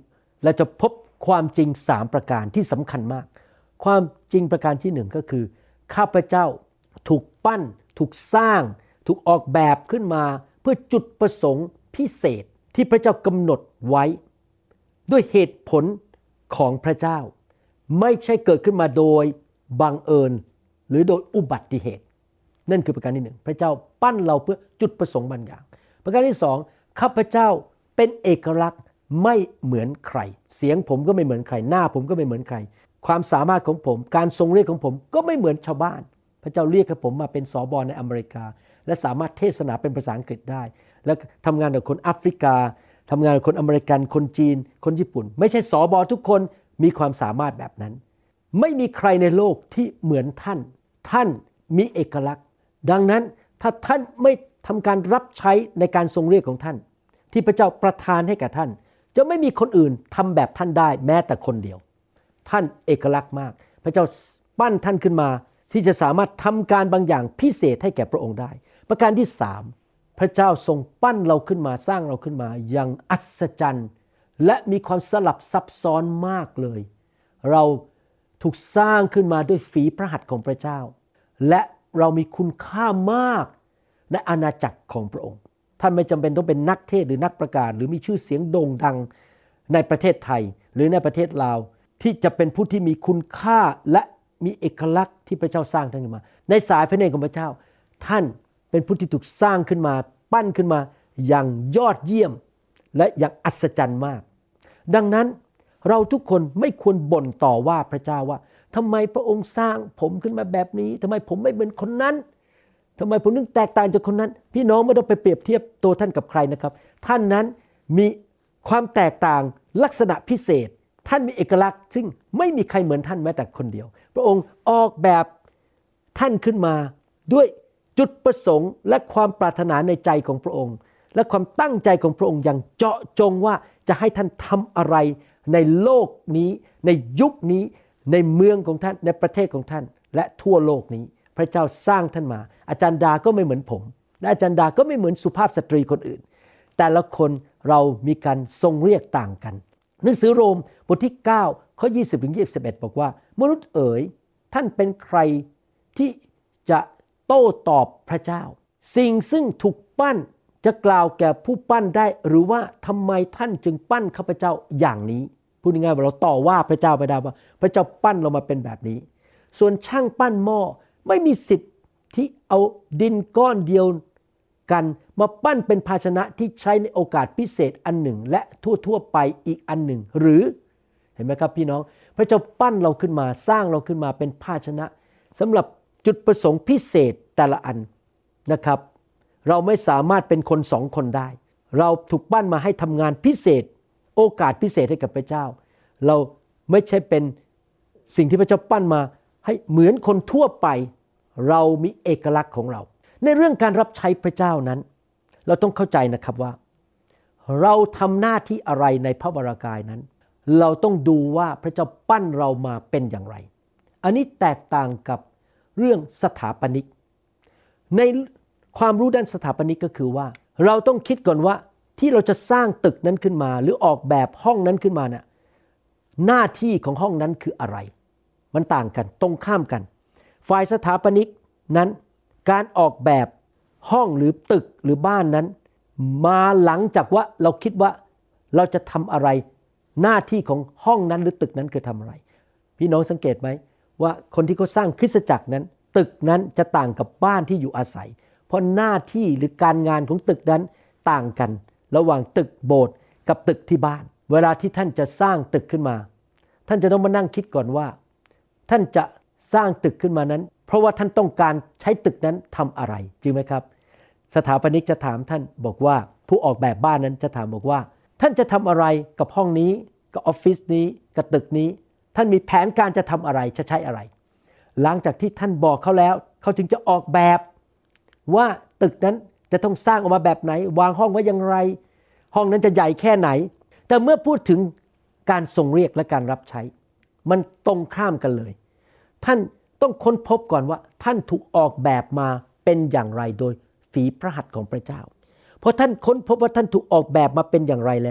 เราจะพบความจริงสามประการที่สำคัญมากความจริงประการที่หนึ่งก็คือข้าพเจ้าถูกปั้นถูกสร้างถูกออกแบบขึ้นมาเพื่อจุดประสงค์พิเศษที่พระเจ้ากำหนดไว้ด้วยเหตุผลของพระเจ้าไม่ใช่เกิดขึ้นมาโดยบังเอิญหรือโดยอุบัติเหตุนั่นคือประการที่หนึ่งพระเจ้าปั้นเราเพื่อจุดประสงค์บางอย่างประการที่สองข้าพเจ้าเป็นเอกลักษณ์ไม่เหมือนใครเสียงผมก็ไม่เหมือนใครหน้าผมก็ไม่เหมือนใครความสามารถของผมการทรงเรียกของผมก็ไม่เหมือนชาวบ้านพระเจ้าเรียกให้ผมมาเป็นสบในอเมริกาและสามารถเทศนาเป็นภาษาอังกฤษได้และทำงานกับคนแอฟริกาทำงานกับคนอเมริกันคนจีนคนญี่ปุ่นไม่ใช่สบทุกคนมีความสามารถแบบนั้นไม่มีใครในโลกที่เหมือนท่านท่านมีเอกลักษณ์ดังนั้นถ้าท่านไม่ทำการรับใช้ในการทรงเรียกของท่านที่พระเจ้าประทานให้แก่ท่านจะไม่มีคนอื่นทำแบบท่านได้แม้แต่คนเดียวท่านเอกลักษณ์มากพระเจ้าปั้นท่านขึ้นมาที่จะสามารถทำการบางอย่างพิเศษให้แก่พระองค์ได้ประการที่สามพระเจ้าทรงปั้นเราขึ้นมาสร้างเราขึ้นมาอย่างอัศจรรย์และมีความสลับซับซ้อนมากเลยเราถูกสร้างขึ้นมาด้วยฝีพระหัตถ์ของพระเจ้าและเรามีคุณค่ามากในอาณาจักรของพระองค์ท่านไม่จำเป็นต้องเป็นนักเทศน์หรือนักประกาศหรือมีชื่อเสียงโด่งดังในประเทศไทยหรือในประเทศลาวที่จะเป็นผู้ที่มีคุณค่าและมีเอกลักษณ์ที่พระเจ้าสร้างท่านขึ้นมาในสายพระเนตรของพระเจ้าท่านเป็นผู้ที่ถูกสร้างขึ้นมาปั้นขึ้นมาอย่างยอดเยี่ยมและอย่างอัศจรรย์มากดังนั้นเราทุกคนไม่ควรบ่นต่อว่าพระเจ้าว่าทำไมพระองค์สร้างผมขึ้นมาแบบนี้ทำไมผมไม่เหมือนคนนั้นทำไมผมนึกแตกต่างจากคนนั้นพี่น้องไม่ต้องไปเปรียบเทียบตัวท่านกับใครนะครับท่านนั้นมีความแตกต่างลักษณะพิเศษท่านมีเอกลักษณ์ซึ่งไม่มีใครเหมือนท่านแม้แต่คนเดียวพระองค์ออกแบบท่านขึ้นมาด้วยจุดประสงค์และความปรารถนาในใจของพระองค์และความตั้งใจของพระองค์อย่างเจาะจงว่าจะให้ท่านทำอะไรในโลกนี้ในยุคนี้ในเมืองของท่านในประเทศของท่านและทั่วโลกนี้พระเจ้าสร้างท่านมาอาจารย์ดาก็ไม่เหมือนผมและอาจารย์ดาก็ไม่เหมือนสุภาพสตรีคนอื่นแต่ละคนเรามีการทรงเรียกต่างกันหนังสือโรมบทที่เก้าข้อยี่สิบถึงยี่สิบเอ็ดบอกว่ามนุษย์เอ๋ยท่านเป็นใครที่จะโต้ตอบพระเจ้าสิ่งซึ่งถูกปั้นจะกล่าวแก่ผู้ปั้นได้หรือว่าทำไมท่านจึงปั้นข้าพเจ้าอย่างนี้พูดง่ายๆว่าเราต่อว่าพระเจ้าไปได้ว่าพระเจ้าปั้นเรามาเป็นแบบนี้ส่วนช่างปั้นหม้อไม่มีสิทธิ์ที่เอาดินก้อนเดียวกันมาปั้นเป็นภาชนะที่ใช้ในโอกาสพิเศษอันหนึ่งและทั่วๆไปอีกอันหนึ่งหรือเห็นไหมครับพี่น้องพระเจ้าปั้นเราขึ้นมาสร้างเราขึ้นมาเป็นภาชนะสำหรับจุดประสงค์พิเศษแต่ละอันนะครับเราไม่สามารถเป็นคนสองคนได้เราถูกปั้นมาให้ทำงานพิเศษโอกาสพิเศษให้กับพระเจ้าเราไม่ใช่เป็นสิ่งที่พระเจ้าปั้นมาให้เหมือนคนทั่วไปเรามีเอกลักษณ์ของเราในเรื่องการรับใช้พระเจ้านั้นเราต้องเข้าใจนะครับว่าเราทำหน้าที่อะไรในพระวรากายนั้นเราต้องดูว่าพระเจ้าปั้นเรามาเป็นอย่างไรอันนี้แตกต่างกับเรื่องสถาปนิกในความรู้ด้านสถาปนิกก็คือว่าเราต้องคิดก่อนว่าที่เราจะสร้างตึกนั้นขึ้นมาหรือออกแบบห้องนั้นขึ้นมาน่ะหน้าที่ของห้องนั้นคืออะไรมันต่างกันตรงข้ามกันฝ่ายสถาปนิกนั้นการออกแบบห้องหรือตึกหรือบ้านนั้นมาหลังจากว่าเราคิดว่าเราจะทำอะไรหน้าที่ของห้องนั้นหรือตึกนั้นคือทำอะไรพี่น้องสังเกตไหมว่าคนที่เขาสร้างคริสตจักรนั้นตึกนั้นจะต่างกับบ้านที่อยู่อาศัยเพราะหน้าที่หรือการงานของตึกนั้นต่างกันระหว่างตึกโบสถ์กับตึกที่บ้านเวลาที่ท่านจะสร้างตึกขึ้นมาท่านจะต้องมานั่งคิดก่อนว่าท่านจะสร้างตึกขึ้นมานั้นเพราะว่าท่านต้องการใช้ตึกนั้นทำอะไรจริงไหมครับสถาปนิกจะถามท่านบอกว่าผู้ออกแบบบ้านนั้นจะถามบอกว่าท่านจะทำอะไรกับห้องนี้กับออฟฟิศนี้กับตึกนี้ท่านมีแผนการจะทำอะไรจะใช้อะไรหลังจากที่ท่านบอกเขาแล้วเขาจึงจะออกแบบว่าตึกนั้นจะต้องสร้างออกมาแบบไหนวางห้องไว้อย่างไรห้องนั้นจะใหญ่แค่ไหนแต่เมื่อพูดถึงการทรงเรียกและการรับใช้มันตรงข้ามกันเลยท่านต้องค้นพบก่อนว่าท่านถูกออกแบบมาเป็นอย่างไรโดยฝีพระหัตถ์ของพระเจ้าพอท่านค้นพบว่าท่านถูกออกแบบมาเป็นอย่างไรแล้ว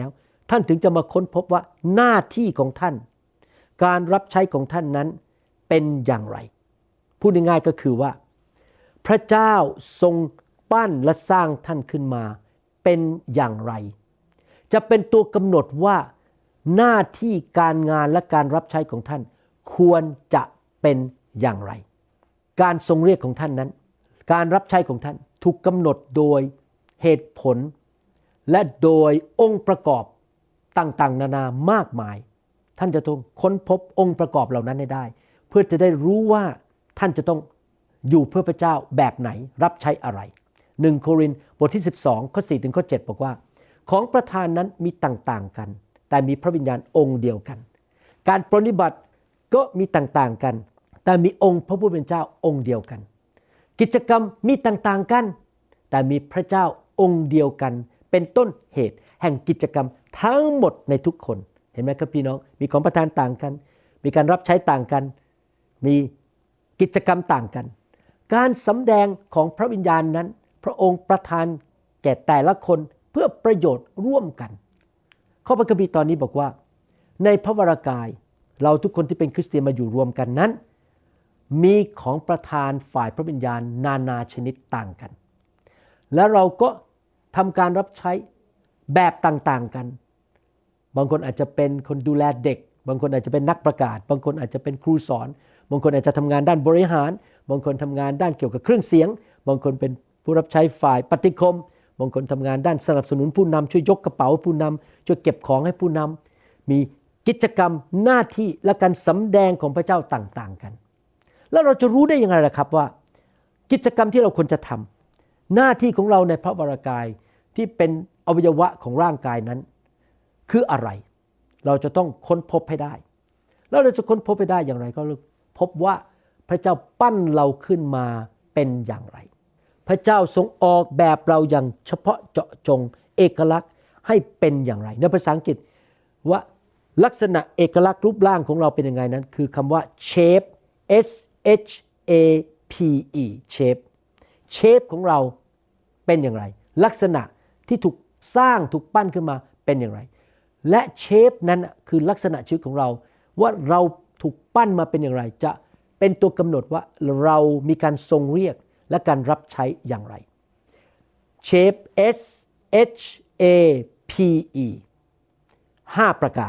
ท่านถึงจะมาค้นพบว่าหน้าที่ของท่านการรับใช้ของท่านนั้นเป็นอย่างไรพูดง่ายๆก็คือว่าพระเจ้าทรงปั้นและสร้างท่านขึ้นมาเป็นอย่างไรจะเป็นตัวกำหนดว่าหน้าที่การงานและการรับใช้ของท่านควรจะเป็นอย่างไรการทรงเรียกของท่านนั้นการรับใช้ของท่านถูกกำหนดโดยเหตุผลและโดยองค์ประกอบต่างๆนานามากมายท่านจะต้องค้นพบองค์ประกอบเหล่านั้นให้ได้เพื่อจะได้รู้ว่าท่านจะต้องอยู่เพื่อพระเจ้าแบบไหนรับใช้อะไรหนึ่งโครินธ์บทที่สิบสองข้อสี่ถึงข้อเจ็ดบอกว่าของประธานนั้นมีต่างๆกันแต่มีพระวิญญาณองค์เดียวกันการปฏิบัติก็มีต่างๆกันแต่มีองค์พระผู้เป็นเจ้าองค์เดียวกันกิจกรรมมีต่างๆกันแต่มีพระเจ้าองค์เดียวกันเป็นต้นเหตุแห่งกิจกรรมทั้งหมดในทุกคนเห็นไหมครับพี่น้องมีของประทานต่างกันมีการรับใช้ต่างกันมีกิจกรรมต่างกันการสำแดงของพระวิญญาณนั้นพระองค์ประทานแก่แต่ละคนเพื่อประโยชน์ร่วมกันข้อพระคัมภีร์ตอนนี้บอกว่าในพระวรากายเราทุกคนที่เป็นคริสเตียนมาอยู่รวมกันนั้นมีของประทานฝ่ายพระวิญญาณนานาชนิดต่างกันและเราก็ทำการรับใช้แบบต่างๆกันบางคนอาจจะเป็นคนดูแลเด็กบางคนอาจจะเป็นนักประกาศบางคนอาจจะเป็นครูสอนบางคนอาจจะทำงานด้านบริหารบางคนทำงานด้านเกี่ยวกับเครื่องเสียงบางคนเป็นผู้รับใช้ฝ่ายปฏิคมบางคนทำงานด้านสนับสนุนผู้นำช่วยยกกระเป๋าผู้นำช่วยเก็บของให้ผู้นำมีกิจกรรมหน้าที่และการสำแดงของพระเจ้าต่างๆกันแล้วเราจะรู้ได้ยังไงล่ะครับว่ากิจกรรมที่เราควรจะทำหน้าที่ของเราในพระวรากายที่เป็นอวัยวะของร่างกายนั้นคืออะไรเราจะต้องค้นพบให้ได้แล้วเราจะค้นพบให้ได้อย่างไรก็พบว่าพระเจ้าปั้นเราขึ้นมาเป็นอย่างไรพระเจ้าทรงออกแบบเราอย่างเฉพาะเจาะจงเอกลักษณ์ให้เป็นอย่างไรในภาษาอังกฤษว่าลักษณะเอกลักษณ์รูปร่างของเราเป็นยังไงนั้นคือคำว่า shape S H A P E shape shape ของเราเป็นอย่างไรลักษณะที่ถูกสร้างถูกปั้นขึ้นมาเป็นอย่างไรและเชฟนั้นคือลักษณะชีวิตของเราว่าเราถูกปั้นมาเป็นอย่างไรจะเป็นตัวกำหนดว่าเรามีการทรงเรียกและการรับใช้อย่างไรเชฟ S H A P E ห้าประการ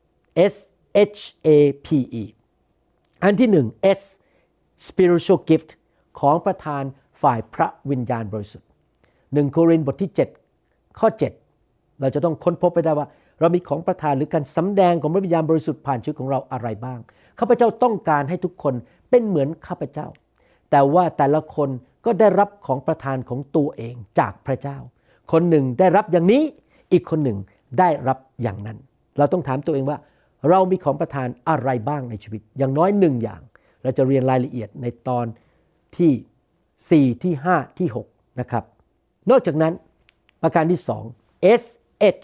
S H A P E อันที่หนึ่ง S spiritual gift ของประทานฝ่ายพระวิญญาณบริสุทธิ์หนึ่งโครินธ์บทที่เจ็ดข้อเจ็ดเราจะต้องค้นพบไปได้ว่าเรามีของประทานหรือการสำแดงของพระวิญญาณบริสุทธิ์ผ่านชีวิตของเราอะไรบ้างข้าพเจ้าต้องการให้ทุกคนเป็นเหมือนข้าพเจ้าแต่ว่าแต่ละคนก็ได้รับของประทานของตัวเองจากพระเจ้าคนหนึ่งได้รับอย่างนี้อีกคนหนึ่งได้รับอย่างนั้นเราต้องถามตัวเองว่าเรามีของประทานอะไรบ้างในชีวิตอย่างน้อยหนึ่งอย่างเราจะเรียนรายละเอียดในตอนที่สี่ที่ห้าที่หกนะครับนอกจากนั้นประการที่สอง S H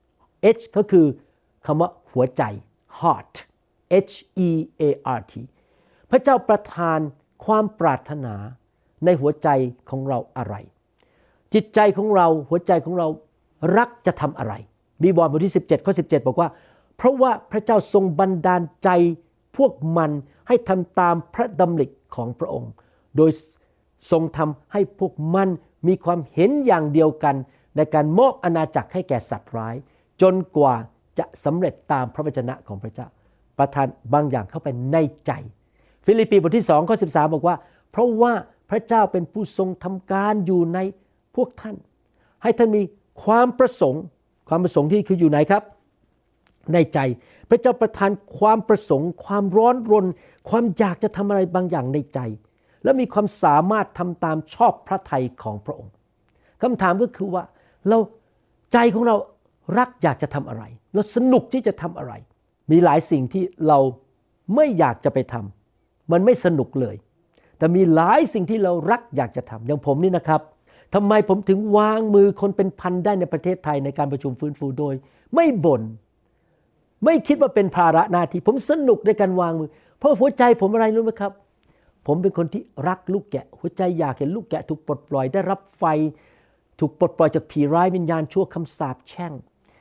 H ก็คือคำว่าหัวใจ heart H E A R T พระเจ้าประทานความปรารถนาในหัวใจของเราอะไรจิตใจของเราหัวใจของเรารักจะทำอะไรบีวรบทที่สิบเจ็ดข้อสิบเจ็ดบอกว่าเพราะว่าพระเจ้าทรงบันดาลใจพวกมันให้ทำตามพระดำริของพระองค์โดยทรงทำให้พวกมันมีความเห็นอย่างเดียวกันในการมอบอาณาจักรให้แก่สัตว์ร้ายจนกว่าจะสำเร็จตามพระวจนะของพระเจ้าประทานบางอย่างเข้าไปในใจฟิลิปปีบทที่สองข้อสิบสามบอกว่าเพราะว่าพระเจ้าเป็นผู้ทรงทำการอยู่ในพวกท่านให้ท่านมีความประสงค์ความประสงค์ที่คืออยู่ไหนครับในใจพระเจ้าประทานความประสงค์ความร้อนรนความอยากจะทำอะไรบางอย่างในใจและมีความสามารถทำตามชอบพระทัยของพระองค์คำถามก็คือว่าเราใจของเรารักอยากจะทำอะไรเราสนุกที่จะทำอะไรมีหลายสิ่งที่เราไม่อยากจะไปทำมันไม่สนุกเลยแต่มีหลายสิ่งที่เรารักอยากจะทำอย่างผมนี่นะครับทำไมผมถึงวางมือคนเป็นพันได้ในประเทศไทยในการประชุมฟื้นฟูโดยไม่บ่นไม่คิดว่าเป็นภาระหน้าที่ผมสนุกในการวางมือเพราะหัวใจผมอะไรรู้ไหมครับผมเป็นคนที่รักลูกแกะหัวใจอยากเห็นลูกแกะถูกปลดปล่อยได้รับไฟถูกปลดปล่อยจากผีร้ายวิญญาณชั่วคำสาปแช่ง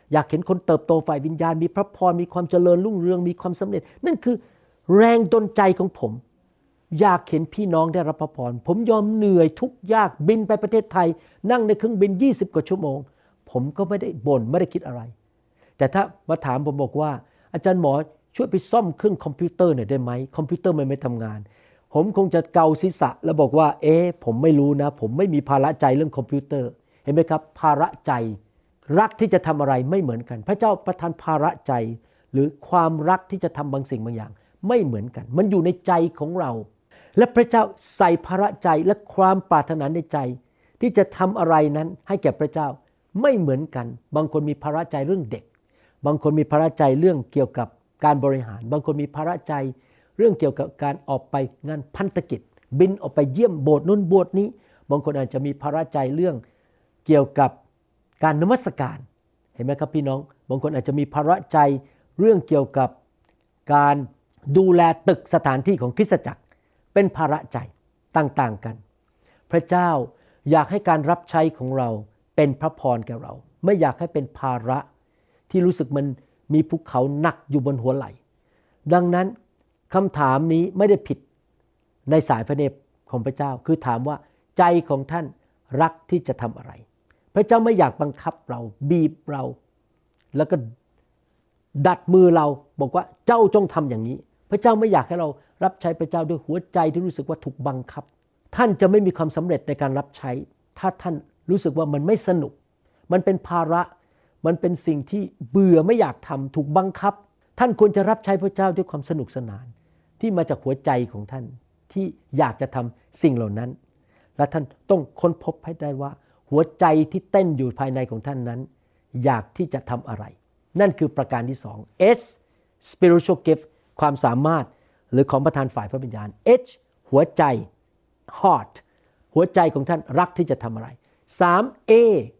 อยากเห็นคนเติบโตฝ่ายวิญญาณมีพระพรมีความเจริญรุ่งเรืองมีความสำเร็จนั่นคือแรงดลใจของผมอยากเห็นพี่น้องได้รับพระพรผมยอมเหนื่อยทุกข์ยากบินไปประเทศไทยนั่งในเครื่องบินยี่สิบกว่าชั่วโมงผมก็ไม่ได้บ่นไม่ได้คิดอะไรแต่ถ้ามาถามผมบอกว่าอาจารย์หมอช่วยไปซ่อมเครื่องคอมพิวเตอร์หน่อยได้ไหมคอมพิวเตอร์มันไม่ทำงานผมคงจะเกาศีรษะแล้วบอกว่าเอ๊ะผมไม่รู้นะผมไม่มีภาระใจเรื่องคอมพิวเตอร์เห็นไหมครับภาระใจรักที่จะทำอะไรไม่เหมือนกันพระเจ้าประทานภาระใจหรือความรักที่จะทำบางสิ่งบางอย่างไม่เหมือนกันมันอยู่ในใจของเราและพระเจ้าใส่ภาระใจและความปรารถนาในใจที่จะทำอะไรนั้นให้แก่พระเจ้าไม่เหมือนกันบางคนมีภาระใจเรื่องเด็กบางคนมีภาระใจเรื่องเกี่ยวกับการบริหารบางคนมีภาระใจเรื่องเกี่ยวกับการออกไปงานพันธกิจบินออกไปเยี่ยมโบสถ์นู้นโบสถ์นี้บางคนอาจจะมีภาระใจเรื่องเกี่ยวกับการนมัสการเห็นไหมครับพี่น้องบางคนอาจจะมีภาระใจเรื่องเกี่ยวกับการดูแลตึกสถานที่ของคริสตจักรเป็นภาระใจต่างๆกันพระเจ้าอยากให้การรับใช้ของเราเป็นพระพรแก่เราไม่อยากให้เป็นภาระที่รู้สึกมันมีภูเขาหนักอยู่บนหัวไหล่ดังนั้นคำถามนี้ไม่ได้ผิดในสายพระเนตรของพระเจ้าคือถามว่าใจของท่านรักที่จะทำอะไรพระเจ้าไม่อยากบังคับเราบีบเราแล้วก็ดัดมือเราบอกว่าเจ้าจงทำอย่างนี้พระเจ้าไม่อยากให้เรารับใช้พระเจ้าด้วยหัวใจที่รู้สึกว่าถูกบังคับท่านจะไม่มีความสำเร็จในการรับใช้ถ้าท่านรู้สึกว่ามันไม่สนุกมันเป็นภาระมันเป็นสิ่งที่เบื่อไม่อยากทำถูกบังคับท่านควรจะรับใช้พระเจ้าด้วยความสนุกสนานที่มาจากหัวใจของท่านที่อยากจะทำสิ่งเหล่านั้นและท่านต้องค้นพบให้ได้ว่าหัวใจที่เต้นอยู่ภายในของท่านนั้นอยากที่จะทำอะไรนั่นคือประการที่สอง S spiritual gift ความสามารถหรือของประทานฝ่ายพระวิญญาณ H หัวใจ heart หัวใจของท่านรักที่จะทำอะไรสาม A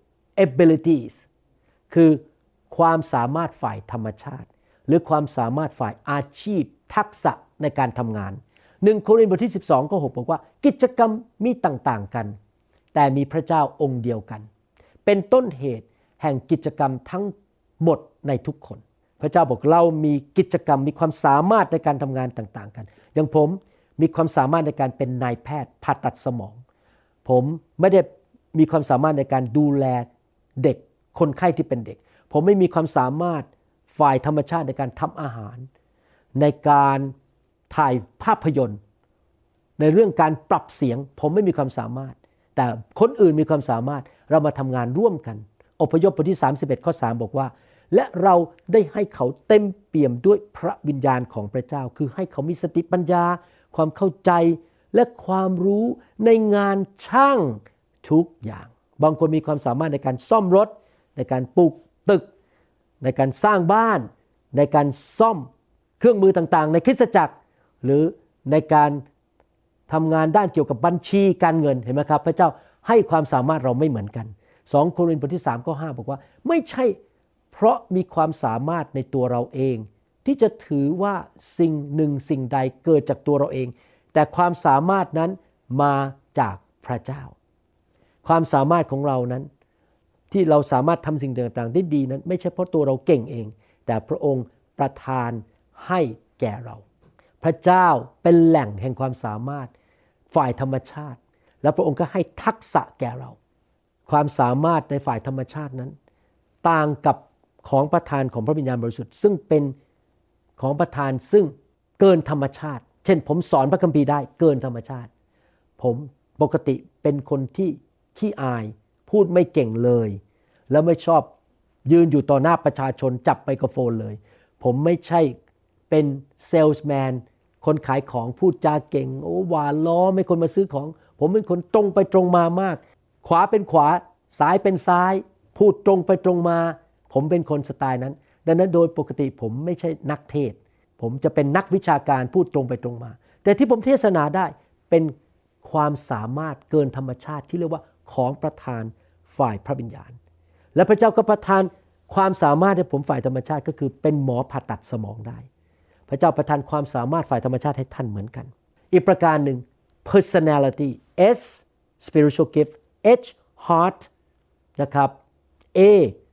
abilities คือความสามารถฝ่ายธรรมชาติหรือความสามารถฝ่ายอาชีพทักษะในการทำงานหนึ่งโครินธ์บทที่สิบสองข้อหกบอกว่ากิจกรรมมีต่างๆกันแต่มีพระเจ้าองค์เดียวกันเป็นต้นเหตุแห่งกิจกรรมทั้งหมดในทุกคนพระเจ้าบอกเรามีกิจกรรมมีความสามารถในการทำงานต่างๆกันอย่างผมมีความสามารถในการเป็นนายแพทย์ผ่าตัดสมองผมไม่ได้มีความสามารถในการดูแลเด็กคนไข้ที่เป็นเด็กผมไม่มีความสามารถฝ่ายธรรมชาติในการทำอาหารในการถ่ายภาพยนตร์ในเรื่องการปรับเสียงผมไม่มีความสามารถแต่คนอื่นมีความสามารถเรามาทำงานร่วมกันอพยพบทที่สามสิบเอ็ดข้อสามบอกว่าและเราได้ให้เขาเต็มเปี่ยมด้วยพระวิญญาณของพระเจ้าคือให้เขามีสติปัญญาความเข้าใจและความรู้ในงานช่างทุกอย่างบางคนมีความสามารถในการซ่อมรถในการปลูกตึกในการสร้างบ้านในการซ่อมเครื่องมือต่างๆในคริสตจักรหรือในการทำงานด้านเกี่ยวกับบัญชีการเงินเห็นไหมครับพระเจ้าให้ความสามารถเราไม่เหมือนกันสองโครินธ์บทที่สามข้อห้าบอกว่าไม่ใช่เพราะมีความสามารถในตัวเราเองที่จะถือว่าสิ่งหนึ่งสิ่งใดเกิดจากตัวเราเองแต่ความสามารถนั้นมาจากพระเจ้าความสามารถของเรานั้นที่เราสามารถทำสิ่งต่างๆได้ดีนั้นไม่ใช่เพราะตัวเราเก่งเองแต่พระองค์ประทานให้แก่เราพระเจ้าเป็นแหล่งแห่งความสามารถฝ่ายธรรมชาติและพระองค์ก็ให้ทักษะแก่เราความสามารถในฝ่ายธรรมชาตินั้นต่างกับของประทานของพระวิญญาณบริสุทธิ์ซึ่งเป็นของประทานซึ่งเกินธรรมชาติเช่นผมสอนพระคัมภีร์ได้เกินธรรมชาติผมปกติเป็นคนที่ขี้อายพูดไม่เก่งเลยแล้วไม่ชอบยืนอยู่ต่อหน้าประชาชนจับไมโครโฟนเลยผมไม่ใช่เป็นเซลส์แมนคนขายของพูดจาเก่งโอ้หวานล้อไม่คนมาซื้อของผมเป็นคนตรงไปตรงมามากขวาเป็นขวาซ้ายเป็นซ้ายพูดตรงไปตรงมาผมเป็นคนสไตล์นั้นดังนั้นโดยปกติผมไม่ใช่นักเทศผมจะเป็นนักวิชาการพูดตรงไปตรงมาแต่ที่ผมเทศนาได้เป็นความสามารถเกินธรรมชาติที่เรียกว่าของประทานฝ่ายพระวิญญาณและพระเจ้าก็ประทานความสามารถให้ผมฝ่ายธรรมชาติก็คือเป็นหมอผ่าตัดสมองได้พระเจ้าประทานความสามารถฝ่ายธรรมชาติให้ท่านเหมือนกันอีกประการหนึ่ง personality S spiritual gift H heart นะครับ A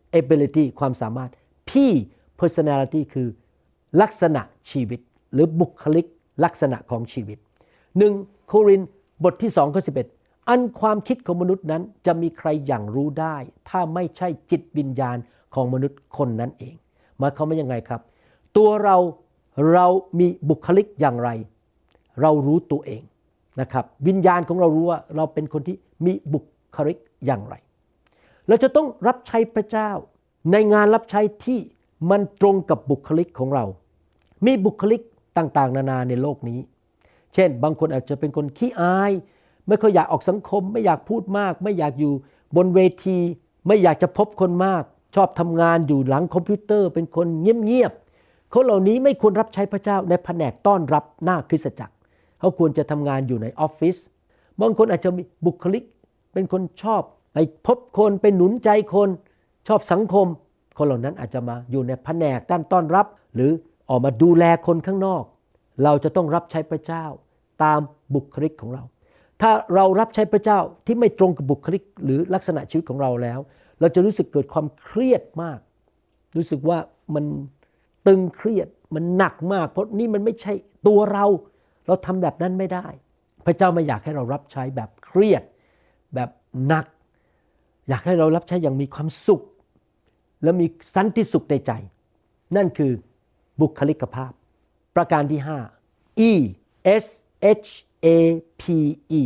ability ความสามารถ P personality คือลักษณะชีวิตหรือบุคลิกลักษณะของชีวิตหนึ่งโครินธ์บทที่สองข้อสิบเอ็ดอันความคิดของมนุษย์นั้นจะมีใครอย่างรู้ได้ถ้าไม่ใช่จิตวิญญาณของมนุษย์คนนั้นเองหมายความว่ายังไงครับตัวเราเรามีบุคลิกอย่างไรเรารู้ตัวเองนะครับวิญญาณของเรารู้ว่าเราเป็นคนที่มีบุคลิกอย่างไรเราจะต้องรับใช้พระเจ้าในงานรับใช้ที่มันตรงกับบุคลิกของเรามีบุคลิกต่างๆนานาในโลกนี้เช่นบางคนอาจจะเป็นคนขี้อายไม่ค่อยอยากออกสังคมไม่อยากพูดมากไม่อยากอยู่บนเวทีไม่อยากจะพบคนมากชอบทำงานอยู่หลังคอมพิวเตอร์เป็นคนเงียบๆคนเหล่านี้ไม่ควรรับใช้พระเจ้าในแผนกต้อนรับหน้าคริสตจักรเขาควรจะทำงานอยู่ในออฟฟิศบางคนอาจจะมีบุคลิกเป็นคนชอบไปพบคนไปหนุนใจคนชอบสังคมคนเหล่านั้นอาจจะมาอยู่ในแผนกด้านต้อนรับหรือออกมาดูแลคนข้างนอกเราจะต้องรับใช้พระเจ้าตามบุคลิกของเราถ้าเรารับใช้พระเจ้าที่ไม่ตรงกับบุคลิกหรือลักษณะชีวิตของเราแล้วเราจะรู้สึกเกิดความเครียดมากรู้สึกว่ามันตึงเครียดมันหนักมากเพราะนี่มันไม่ใช่ตัวเราเราทำแบบนั้นไม่ได้พระเจ้าไม่อยากให้เรารับใช้แบบเครียดแบบหนักอยากให้เรารับใช้อย่างมีความสุขและมีสันติสุขในใจนั่นคือบุคลิกภาพประการที่ห้า E S H A P E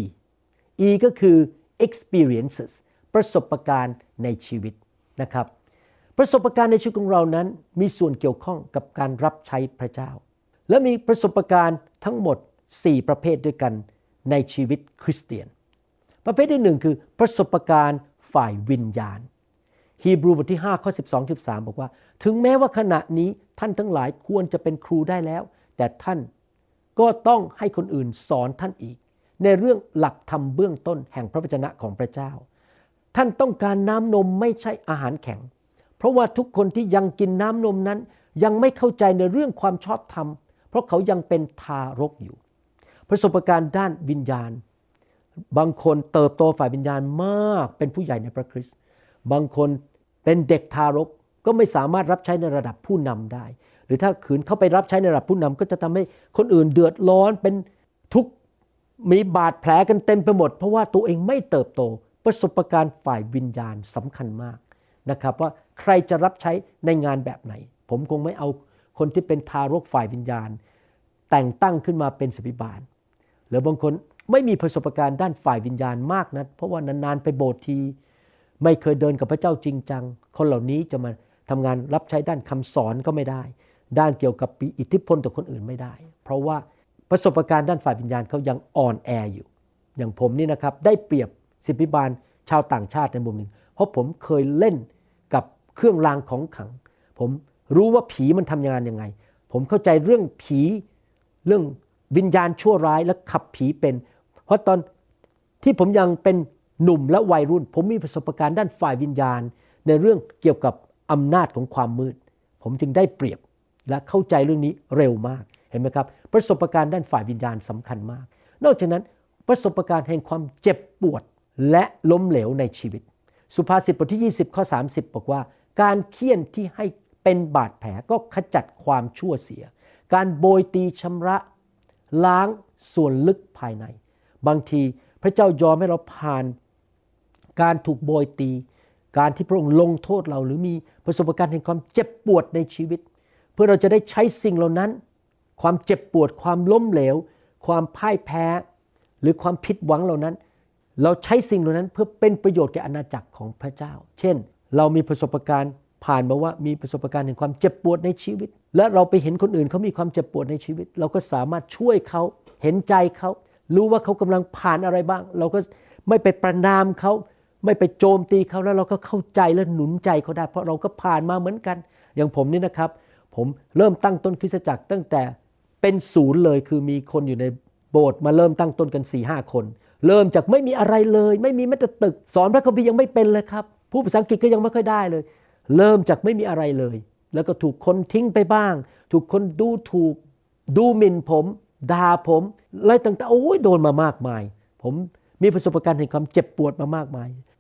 E ก็คือ experiences ประสบการณ์ในชีวิตนะครับประสบการณ์ในชีวิตของเรานั้นมีส่วนเกี่ยวข้องกับการรับใช้พระเจ้าและมีประสบการณ์ทั้งหมดสี่ประเภทด้วยกันในชีวิตคริสเตียนประเภทที่หนึ่งคือประสบการณ์ฝ่ายวิญญาณฮีบรูบทที่ห้าข้อสิบสอง สิบสามบอกว่าถึงแม้ว่าขณะนี้ท่านทั้งหลายควรจะเป็นครูได้แล้วแต่ท่านก็ต้องให้คนอื่นสอนท่านอีกในเรื่องหลักธรรมเบื้องต้นแห่งพระวจนะของพระเจ้าท่านต้องการน้ำนมไม่ใช่อาหารแข็งเพราะว่าทุกคนที่ยังกินน้ำนมนั้นยังไม่เข้าใจในเรื่องความชอบธรรมเพราะเขายังเป็นทารกอยู่ประสบการณ์ด้านวิญญาณบางคนเติบโตฝ่ายวิญญาณมากเป็นผู้ใหญ่ในพระคริสต์บางคนเป็นเด็กทารกก็ไม่สามารถรับใช้ในระดับผู้นำได้หรือถ้าขืนเข้าไปรับใช้ในระดับผู้นำก็จะทำให้คนอื่นเดือดร้อนเป็นทุกข์มีบาดแผลกันเต็มไปหมดเพราะว่าตัวเองไม่เติบโตประสบการณ์ฝ่ายวิญญาณสำคัญมากนะครับว่าใครจะรับใช้ในงานแบบไหนผมคงไม่เอาคนที่เป็นทารกฝ่ายวิญญาณแต่งตั้งขึ้นมาเป็นศิบิบาลหรือบางคนไม่มีประสบการณ์ด้านฝ่ายวิญญาณมากนะเพราะว่านานๆไปโบสถ์ทีไม่เคยเดินกับพระเจ้าจริงจังคนเหล่านี้จะมาทำงานรับใช้ด้านคำสอนก็ไม่ได้ด้านเกี่ยวกับอิทธิพลต่อคนอื่นไม่ได้เพราะว่าประสบการณ์ด้านฝ่ายวิญญาณเขายังอ่อนแออยู่อย่างผมนี่นะครับได้เปรียบศิบิบาลชาวต่างชาติในมุมหนึ่งเพราะผมเคยเล่นกับเครื่องรางของขลังผมรู้ว่าผีมันทำงานยังไงผมเข้าใจเรื่องผีเรื่องวิญญาณชั่วร้ายและขับผีเป็นเพราะตอนที่ผมยังเป็นหนุ่มและวัยรุ่นผมมีประสบการณ์ด้านฝ่ายวิญญาณในเรื่องเกี่ยวกับอำนาจของความมืดผมจึงได้เปรียบและเข้าใจเรื่องนี้เร็วมากเห็นไหมครับประสบการณ์ด้านฝ่ายวิญญาณสำคัญมากนอกจากนั้นประสบการณ์แห่งความเจ็บปวดและล้มเหลวในชีวิตสุภาษิตบทที่ยี่สิบข้อสามสิบบอกว่าการเฆี่ยนที่ให้เป็นบาดแผลก็ขจัดความชั่วเสียการโบยตีชำระล้างส่วนลึกภายในบางทีพระเจ้ายอมให้เราผ่านการถูกโบยตีการที่พระองค์ลงโทษเราหรือมีประสบการณ์แห่งความเจ็บปวดในชีวิตเพื่อเราจะได้ใช้สิ่งเหล่านั้นความเจ็บปวดความล้มเหลวความพ่ายแพ้หรือความผิดหวังเหล่านั้นเราใช้สิ่งเหล่านั้นเพื่อเป็นประโยชน์แก่อาณาจักรของพระเจ้าเช่นเรามีประสบการณ์ผ่านมาว่ามีประสบการณ์แห่งความเจ็บปวดในชีวิตและเราไปเห็นคนอื่นเขามีความเจ็บปวดในชีวิตเราก็สามารถช่วยเขาเห็นใจเขารู้ว่าเขากำลังผ่านอะไรบ้างเราก็ไม่ไปประณามเขาไม่ไปโจมตีเขาแล้วเราก็เข้าใจและหนุนใจเขาได้เพราะเราก็ผ่านมาเหมือนกันอย่างผมนี่นะครับผมเริ่มตั้งต้นคริสตจักรตั้งแต่เป็นศูนย์เลยคือมีคนอยู่ในโบสถ์มาเริ่มตั้งต้นกัน สี่ห้า คนเริ่มจากไม่มีอะไรเลยไม่มีแม้แต่ตึกสอนพระคัมภีร์ยังไม่เป็นเลยครับพูดภาษาอังกฤษก็ยังไม่ค่อยได้เลยเริ่มจากไม่มีอะไรเลยแล้วก็ถูกคนทิ้งไปบ้างถูกคนดูถูกดูหมิ่นผมด่าผมอะไรต่างๆโอ้ยโดนมามากมายผมมีประสบการณ์แห่งความเจ็บปวดมามากมาย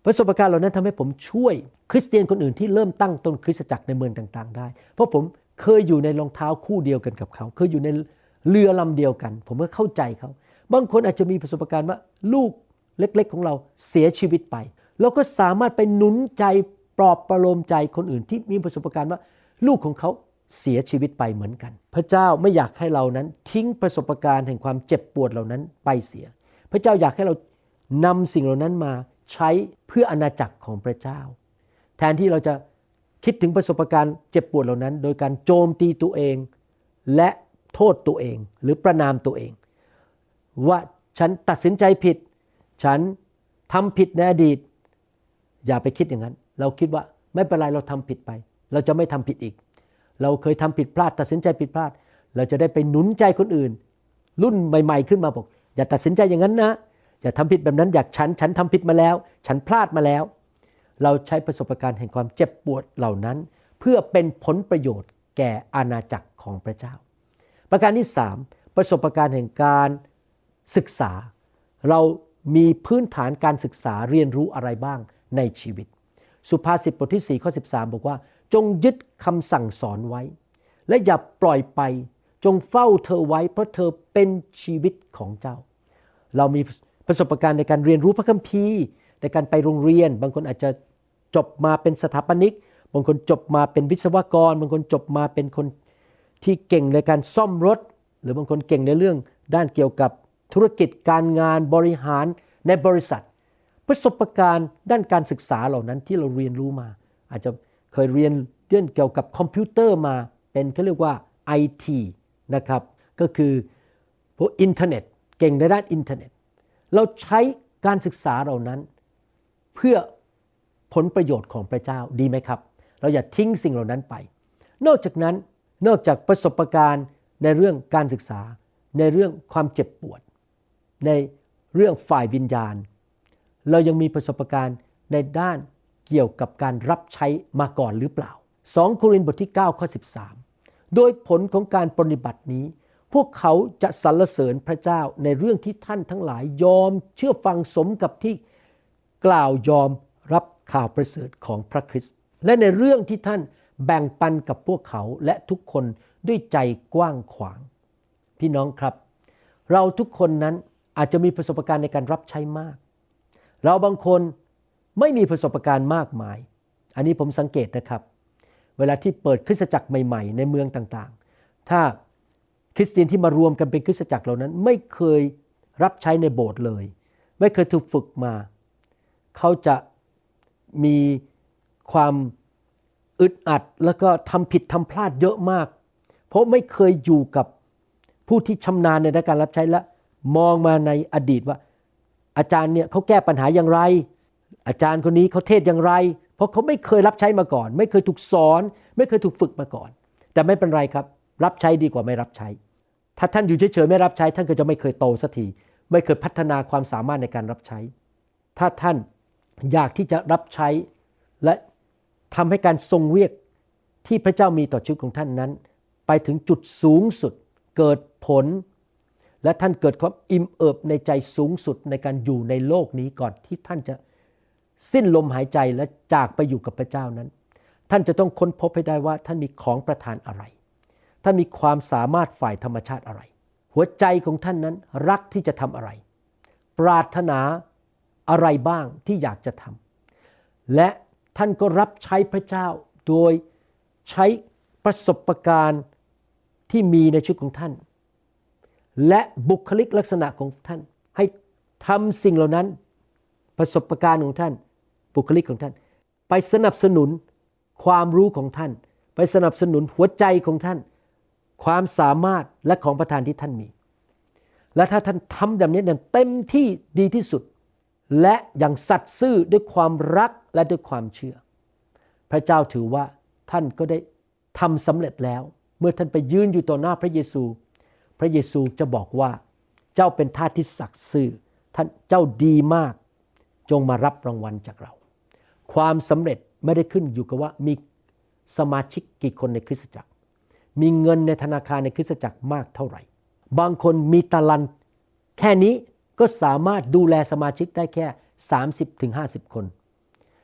ประสบการณ์เหล่านั้นทำให้ผมช่วยคริสเตียนคนอื่นที่เริ่มตั้งต้นคริสตจักรในเมืองต่างๆได้เพราะผมเคยอยู่ในรองเท้าคู่เดียวกันกับเขาเคยอยู่ในเรือลำเดียวกันผมก็เข้าใจเขาบางคนอาจจะมีประสบการณ์ว่าลูกเล็กๆของเราเสียชีวิตไปเราก็สามารถไปหนุนใจปลอบประโลมใจคนอื่นที่มีประสบการณ์ว่าลูกของเขาเสียชีวิตไปเหมือนกันพระเจ้าไม่อยากให้เรานั้นทิ้งประสบการณ์แห่งความเจ็บปวดเหล่านั้นไปเสียพระเจ้าอยากให้เรานำสิ่งเหล่านั้นมาใช้เพื่ออาณาจักรของพระเจ้าแทนที่เราจะคิดถึงประสบการณ์เจ็บปวดเหล่านั้นโดยการโจมตีตัวเองและโทษตัวเองหรือประณามตัวเองว่าฉันตัดสินใจผิดฉันทำผิดในอดีตอย่าไปคิดอย่างนั้นเราคิดว่าไม่เป็นไรเราทำผิดไปเราจะไม่ทำผิดอีกเราเคยทำผิดพลาดตัดสินใจผิดพลาดเราจะได้ไปหนุนใจคนอื่นรุ่นใหม่ๆขึ้นมาบอกอย่าตัดสินใจอย่างนั้นนะอย่าทำผิดแบบนั้นอยากฉันฉันทำผิดมาแล้วฉันพลาดมาแล้วเราใช้ประสบการณ์แห่งความเจ็บปวดเหล่านั้นเพื่อเป็นผลประโยชน์แก่อาณาจักรของพระเจ้าประการที่สามประสบการณ์แห่งการศึกษาเรามีพื้นฐานการศึกษาเรียนรู้อะไรบ้างในชีวิตสุภาษิตบทที่สี่ข้อสิบสามบอกว่าจงยึดคำสั่งสอนไว้และอย่าปล่อยไปจงเฝ้าเธอไว้เพราะเธอเป็นชีวิตของเจ้าเรามีประสบการณ์ในการเรียนรู้พระคัมภีร์ในการไปโรงเรียนบางคนอาจจะจบมาเป็นสถาปนิกบางคนจบมาเป็นวิศวกรบางคนจบมาเป็นคนที่เก่งในการซ่อมรถหรือบางคนเก่งในเรื่องด้านเกี่ยวกับธุรกิจการงานบริหารในบริษัทประสบการณ์ด้านการศึกษาเหล่านั้นที่เราเรียนรู้มาอาจจะเคยเรียนเรื่องเกี่ยวกับคอมพิวเตอร์มาเป็นเขาเรียกว่า ไอ ที นะครับก็คือพวกอินเทอร์เน็ตเก่งในด้านอินเทอร์เน็ตเราใช้การศึกษาเหล่านั้นเพื่อผลประโยชน์ของพระเจ้าดีไหมครับเราอย่าทิ้งสิ่งเหล่านั้นไปนอกจากนั้นนอกจากประสบการณ์ในเรื่องการศึกษาในเรื่องความเจ็บปวดในเรื่องฝ่ายวิญญาณเรายังมีประสบการณ์ในด้านเกี่ยวกับการรับใช้มาก่อนหรือเปล่าสองโครินธ์บทที่เก้าข้อสิบสามโดยผลของการปฏิบัตินี้พวกเขาจะสรรเสริญพระเจ้าในเรื่องที่ท่านทั้งหลายยอมเชื่อฟังสมกับที่กล่าวยอมรับข่าวประเสริฐของพระคริสต์และในเรื่องที่ท่านแบ่งปันกับพวกเขาและทุกคนด้วยใจกว้างขวางพี่น้องครับเราทุกคนนั้นอาจจะมีประสบการณ์ในการรับใช้มากเราบางคนไม่มีประสบการณ์มากมายอันนี้ผมสังเกตนะครับเวลาที่เปิดคริสตจักรใหม่ๆในเมืองต่างๆถ้าคริสเตียนที่มารวมกันเป็นคริสตจักรเหล่านั้นไม่เคยรับใช้ในโบสถ์เลยไม่เคยถูกฝึกมาเขาจะมีความอึดอัดแล้วก็ทำผิดทำพลาดเยอะมากเพราะไม่เคยอยู่กับผู้ที่ชำนาญในการรับใช้และมองมาในอดีตว่าอาจารย์เนี่ยเขาแก้ปัญหาอย่างไรอาจารย์คนนี้เขาเทศอย่างไรเพราะเขาไม่เคยรับใช้มาก่อนไม่เคยถูกสอนไม่เคยถูกฝึกมาก่อนแต่ไม่เป็นไรครับรับใช้ดีกว่าไม่รับใช้ถ้าท่านอยู่เฉยๆไม่รับใช้ท่านก็จะไม่เคยโตสักทีไม่เคยพัฒนาความสามารถในการรับใช้ถ้าท่านอยากที่จะรับใช้และทำให้การทรงเรียกที่พระเจ้ามีต่อชีวิตของท่านนั้นไปถึงจุดสูงสุดเกิดผลและท่านเกิดความอิ่มเอิบในใจสูงสุดในการอยู่ในโลกนี้ก่อนที่ท่านจะสิ้นลมหายใจและจากไปอยู่กับพระเจ้านั้นท่านจะต้องค้นพบให้ได้ว่าท่านมีของประทานอะไรท่านมีความสามารถฝ่ายธรรมชาติอะไรหัวใจของท่านนั้นรักที่จะทำอะไรปรารถนาอะไรบ้างที่อยากจะทำและท่านก็รับใช้พระเจ้าโดยใช้ประสบการณ์ที่มีในชีวิตของท่านและบุคลิกลักษณะของท่านให้ทำสิ่งเหล่านั้นประสบการณ์ของท่านบุคลิกของท่านไปสนับสนุนความรู้ของท่านไปสนับสนุนหัวใจของท่านความสามารถและของประทานที่ท่านมีและถ้าท่านทำแบบนี้อย่างเต็มที่ดีที่สุดและอย่างสัตย์ซื่อด้วยความรักและด้วยความเชื่อพระเจ้าถือว่าท่านก็ได้ทำสำเร็จแล้วเมื่อท่านไปยืนอยู่ต่อหน้าพระเยซูพระเยซูจะบอกว่าเจ้าเป็นทาสที่สัตย์ซื่อท่านเจ้าดีมากจงมารับรางวัลจากเราความสำเร็จไม่ได้ขึ้นอยู่กับว่ามีสมาชิกกี่คนในคริสตจักรมีเงินในธนาคารในคริสตจักรมากเท่าไหร่บางคนมีตะลันแค่นี้ก็สามารถดูแลสมาชิกได้แค่ สามสิบถึงห้าสิบ คน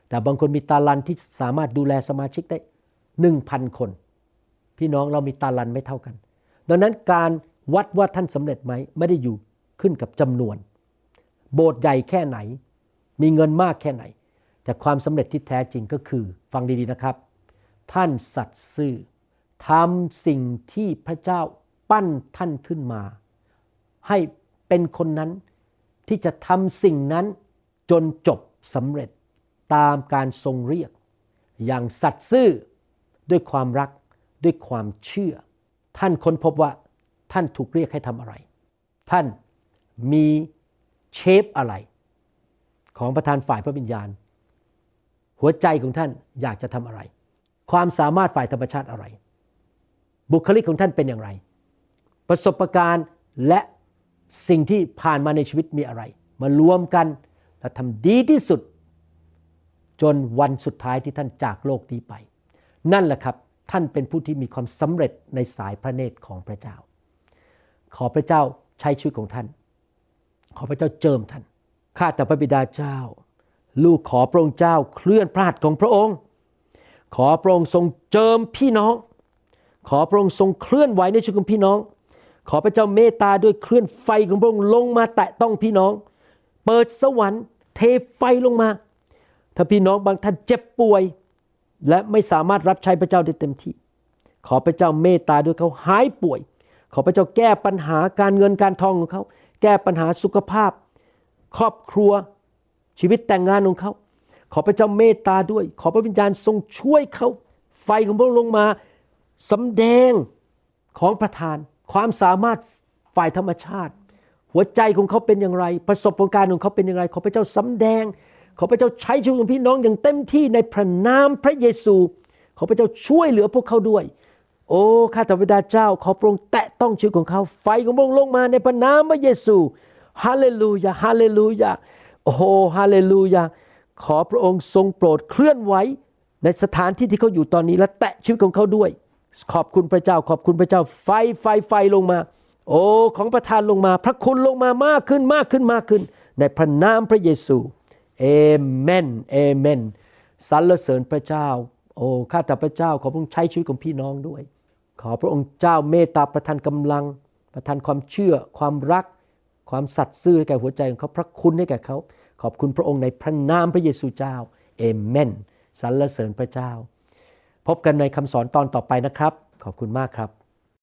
แต่บางคนมีตาลันที่สามารถดูแลสมาชิกได้ หนึ่งพัน คนพี่น้องเรามีตาลันไม่เท่ากันดังนั้นการวัดว่าท่านสำเร็จไหมไม่ได้อยู่ขึ้นกับจำนวนโบสถ์ใหญ่แค่ไหนมีเงินมากแค่ไหนแต่ความสำเร็จที่แท้จริงก็คือฟังดีๆนะครับท่านสัตย์ซื่อทำสิ่งที่พระเจ้าปั้นท่านขึ้นมาให้เป็นคนนั้นที่จะทำสิ่งนั้นจนจบสำเร็จตามการทรงเรียกอย่างสัตย์ซื่อด้วยความรักด้วยความเชื่อท่านค้นพบว่าท่านถูกเรียกให้ทำอะไรท่านมีเชฟอะไรของประธานฝ่ายพระวิญญาณหัวใจของท่านอยากจะทำอะไรความสามารถฝ่ายธรรมชาติอะไรบุคลิกของท่านเป็นอย่างไรประสบการณ์และสิ่งที่ผ่านมาในชีวิตมีอะไรมารวมกันและทำดีที่สุดจนวันสุดท้ายที่ท่านจากโลกนี้ไปนั่นแหละครับท่านเป็นผู้ที่มีความสำเร็จในสายพระเนตรของพระเจ้าขอพระเจ้าใช้ชีวิตของท่านขอพระเจ้าเจิมท่านข้าแต่พระบิดาเจ้าลูกขอพระองค์เจ้าเคลื่อนพระหัตถ์ของพระองค์ขอพระองค์ทรงเจิมพี่น้องขอพระองค์ทรงเคลื่อนไหวในชีวิตของพี่น้องขอพระเจ้าเมตตาด้วยเคลื่อนไฟของพระองค์ลงมาแตะต้องพี่น้องเปิดสวรรค์เทไฟลงมาถ้าพี่น้องบางท่านเจ็บป่วยและไม่สามารถรับใช้พระเจ้าได้เต็มที่ขอพระเจ้าเมตตาด้วยเขาหายป่วยขอพระเจ้าแก้ปัญหาการเงินการทองของเขาแก้ปัญหาสุขภาพครอบครัวชีวิตแต่งงานของเขาขอพระเจ้าเมตตาด้วยขอพระวิญญาณทรงช่วยเขาไฟของพระองค์ลงมาสำแดงของประทานความสามารถฝ่ายธรรมชาติหัวใจของเขาเป็นอย่างไรประสบการณ์ของเขาเป็นอย่างไรขอพระเจ้าสำแดงขอพระเจ้าใช้ชีวิตของพี่น้องอย่างเต็มที่ในพระนามพระเยซูขอพระเจ้าช่วยเหลือพวกเขาด้วยโอ้ข้าแต่พระบิดาเจ้าขอพระองค์แตะต้องชีวิตของเขาไฟของพระองค์ลงมาในพระนามพระเยซูฮาเลลูยาฮาเลลูยาโอ้ฮาเลลูยาขอพระองค์ทรงโปรดเคลื่อนไหวในสถานที่ที่เขาอยู่ตอนนี้และแตะชีวิตของเขาด้วยขอบคุณพระเจ้าขอบคุณพระเจ้าไฟไฟไฟลงมาโอ้ของประทานลงมาพระคุณลงมามากขึ้นมากขึ้นมากขึ้นในพระนามพระเยซูเอเมนเอเมนสรรเสริญพระเจ้าโอ้ข้าแต่พระเจ้าขอพระองค์ใช้ชีวิตของพี่น้องด้วยขอพระองค์เจ้าเมตตาประทานกำลังประทานความเชื่อความรักความสัตย์ซื่อให้แก่หัวใจของเขาพระคุณให้แก่เขาขอบคุณพระองค์ในพระนามพระเยซูเจ้าเอเมนสรรเสริญพระเจ้าพบกันในคำสอนตอนต่อไปนะครับขอบคุณมากครับ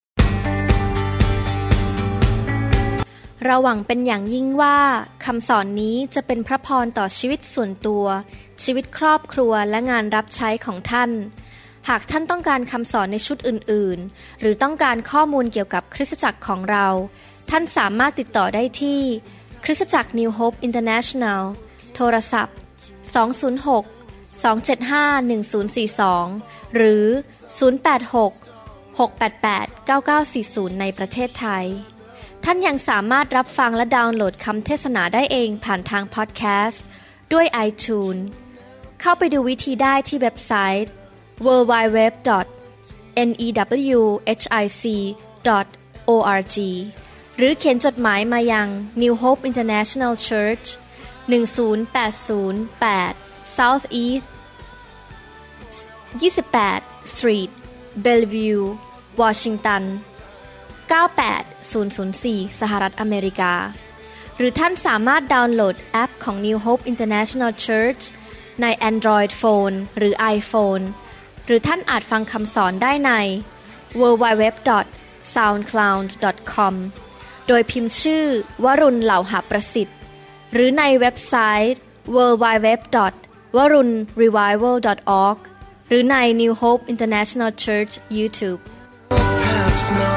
เราหวังเป็นอย่างยิ่งว่าคำสอนนี้จะเป็นพระพรต่อชีวิตส่วนตัวชีวิตครอบครัวและงานรับใช้ของท่านหากท่านต้องการคำสอนในชุดอื่นๆหรือต้องการข้อมูลเกี่ยวกับคริสตจักรของเราท่านสามารถติดต่อได้ที่คริสตจักร New Hope International โทรศัพท์สอง ศูนย์ หก สอง เจ็ด ห้า หนึ่ง ศูนย์ สี่ สองหรือศูนย์ แปด หก หก แปด แปด เก้า เก้า สี่ ศูนย์ในประเทศไทยท่านยังสามารถรับฟังและดาวน์โหลดคำเทศนาได้เองผ่านทางพอดแคสต์ด้วย iTunes เข้าไปดูวิธีได้ที่เว็บไซต์ ดับเบิลยู ดับเบิลยู ดับเบิลยู ดอท เน อี ดับเบิลยู เอช ไอ ซี ดอท โอ อาร์ จี หรือเขียนจดหมายมายัง New Hope International Church หนึ่ง ศูนย์ แปด ศูนย์ แปด South East ยี่สิบแปด Street Bellevue Washington เก้า แปด ศูนย์ ศูนย์ สี่ สหรัฐอเมริกาหรือท่านสามารถดาวน์โหลดแอปของ New Hope International Church ใน Android Phone หรือ iPhone หรือท่านอาจฟังคำสอนได้ใน ดับเบิลยู ดับเบิลยู ดับเบิลยู ดอท ซาวด์คลาวด์ ดอท คอม โดยพิมพ์ชื่อวรุณเหล่าหาประสิทธิ์หรือในเว็บไซต์ ดับเบิลยู ดับเบิลยู ดับเบิลยู ดอท วรุณ รีไววัล ดอท ออร์ก หรือใน New Hope International Church YouTube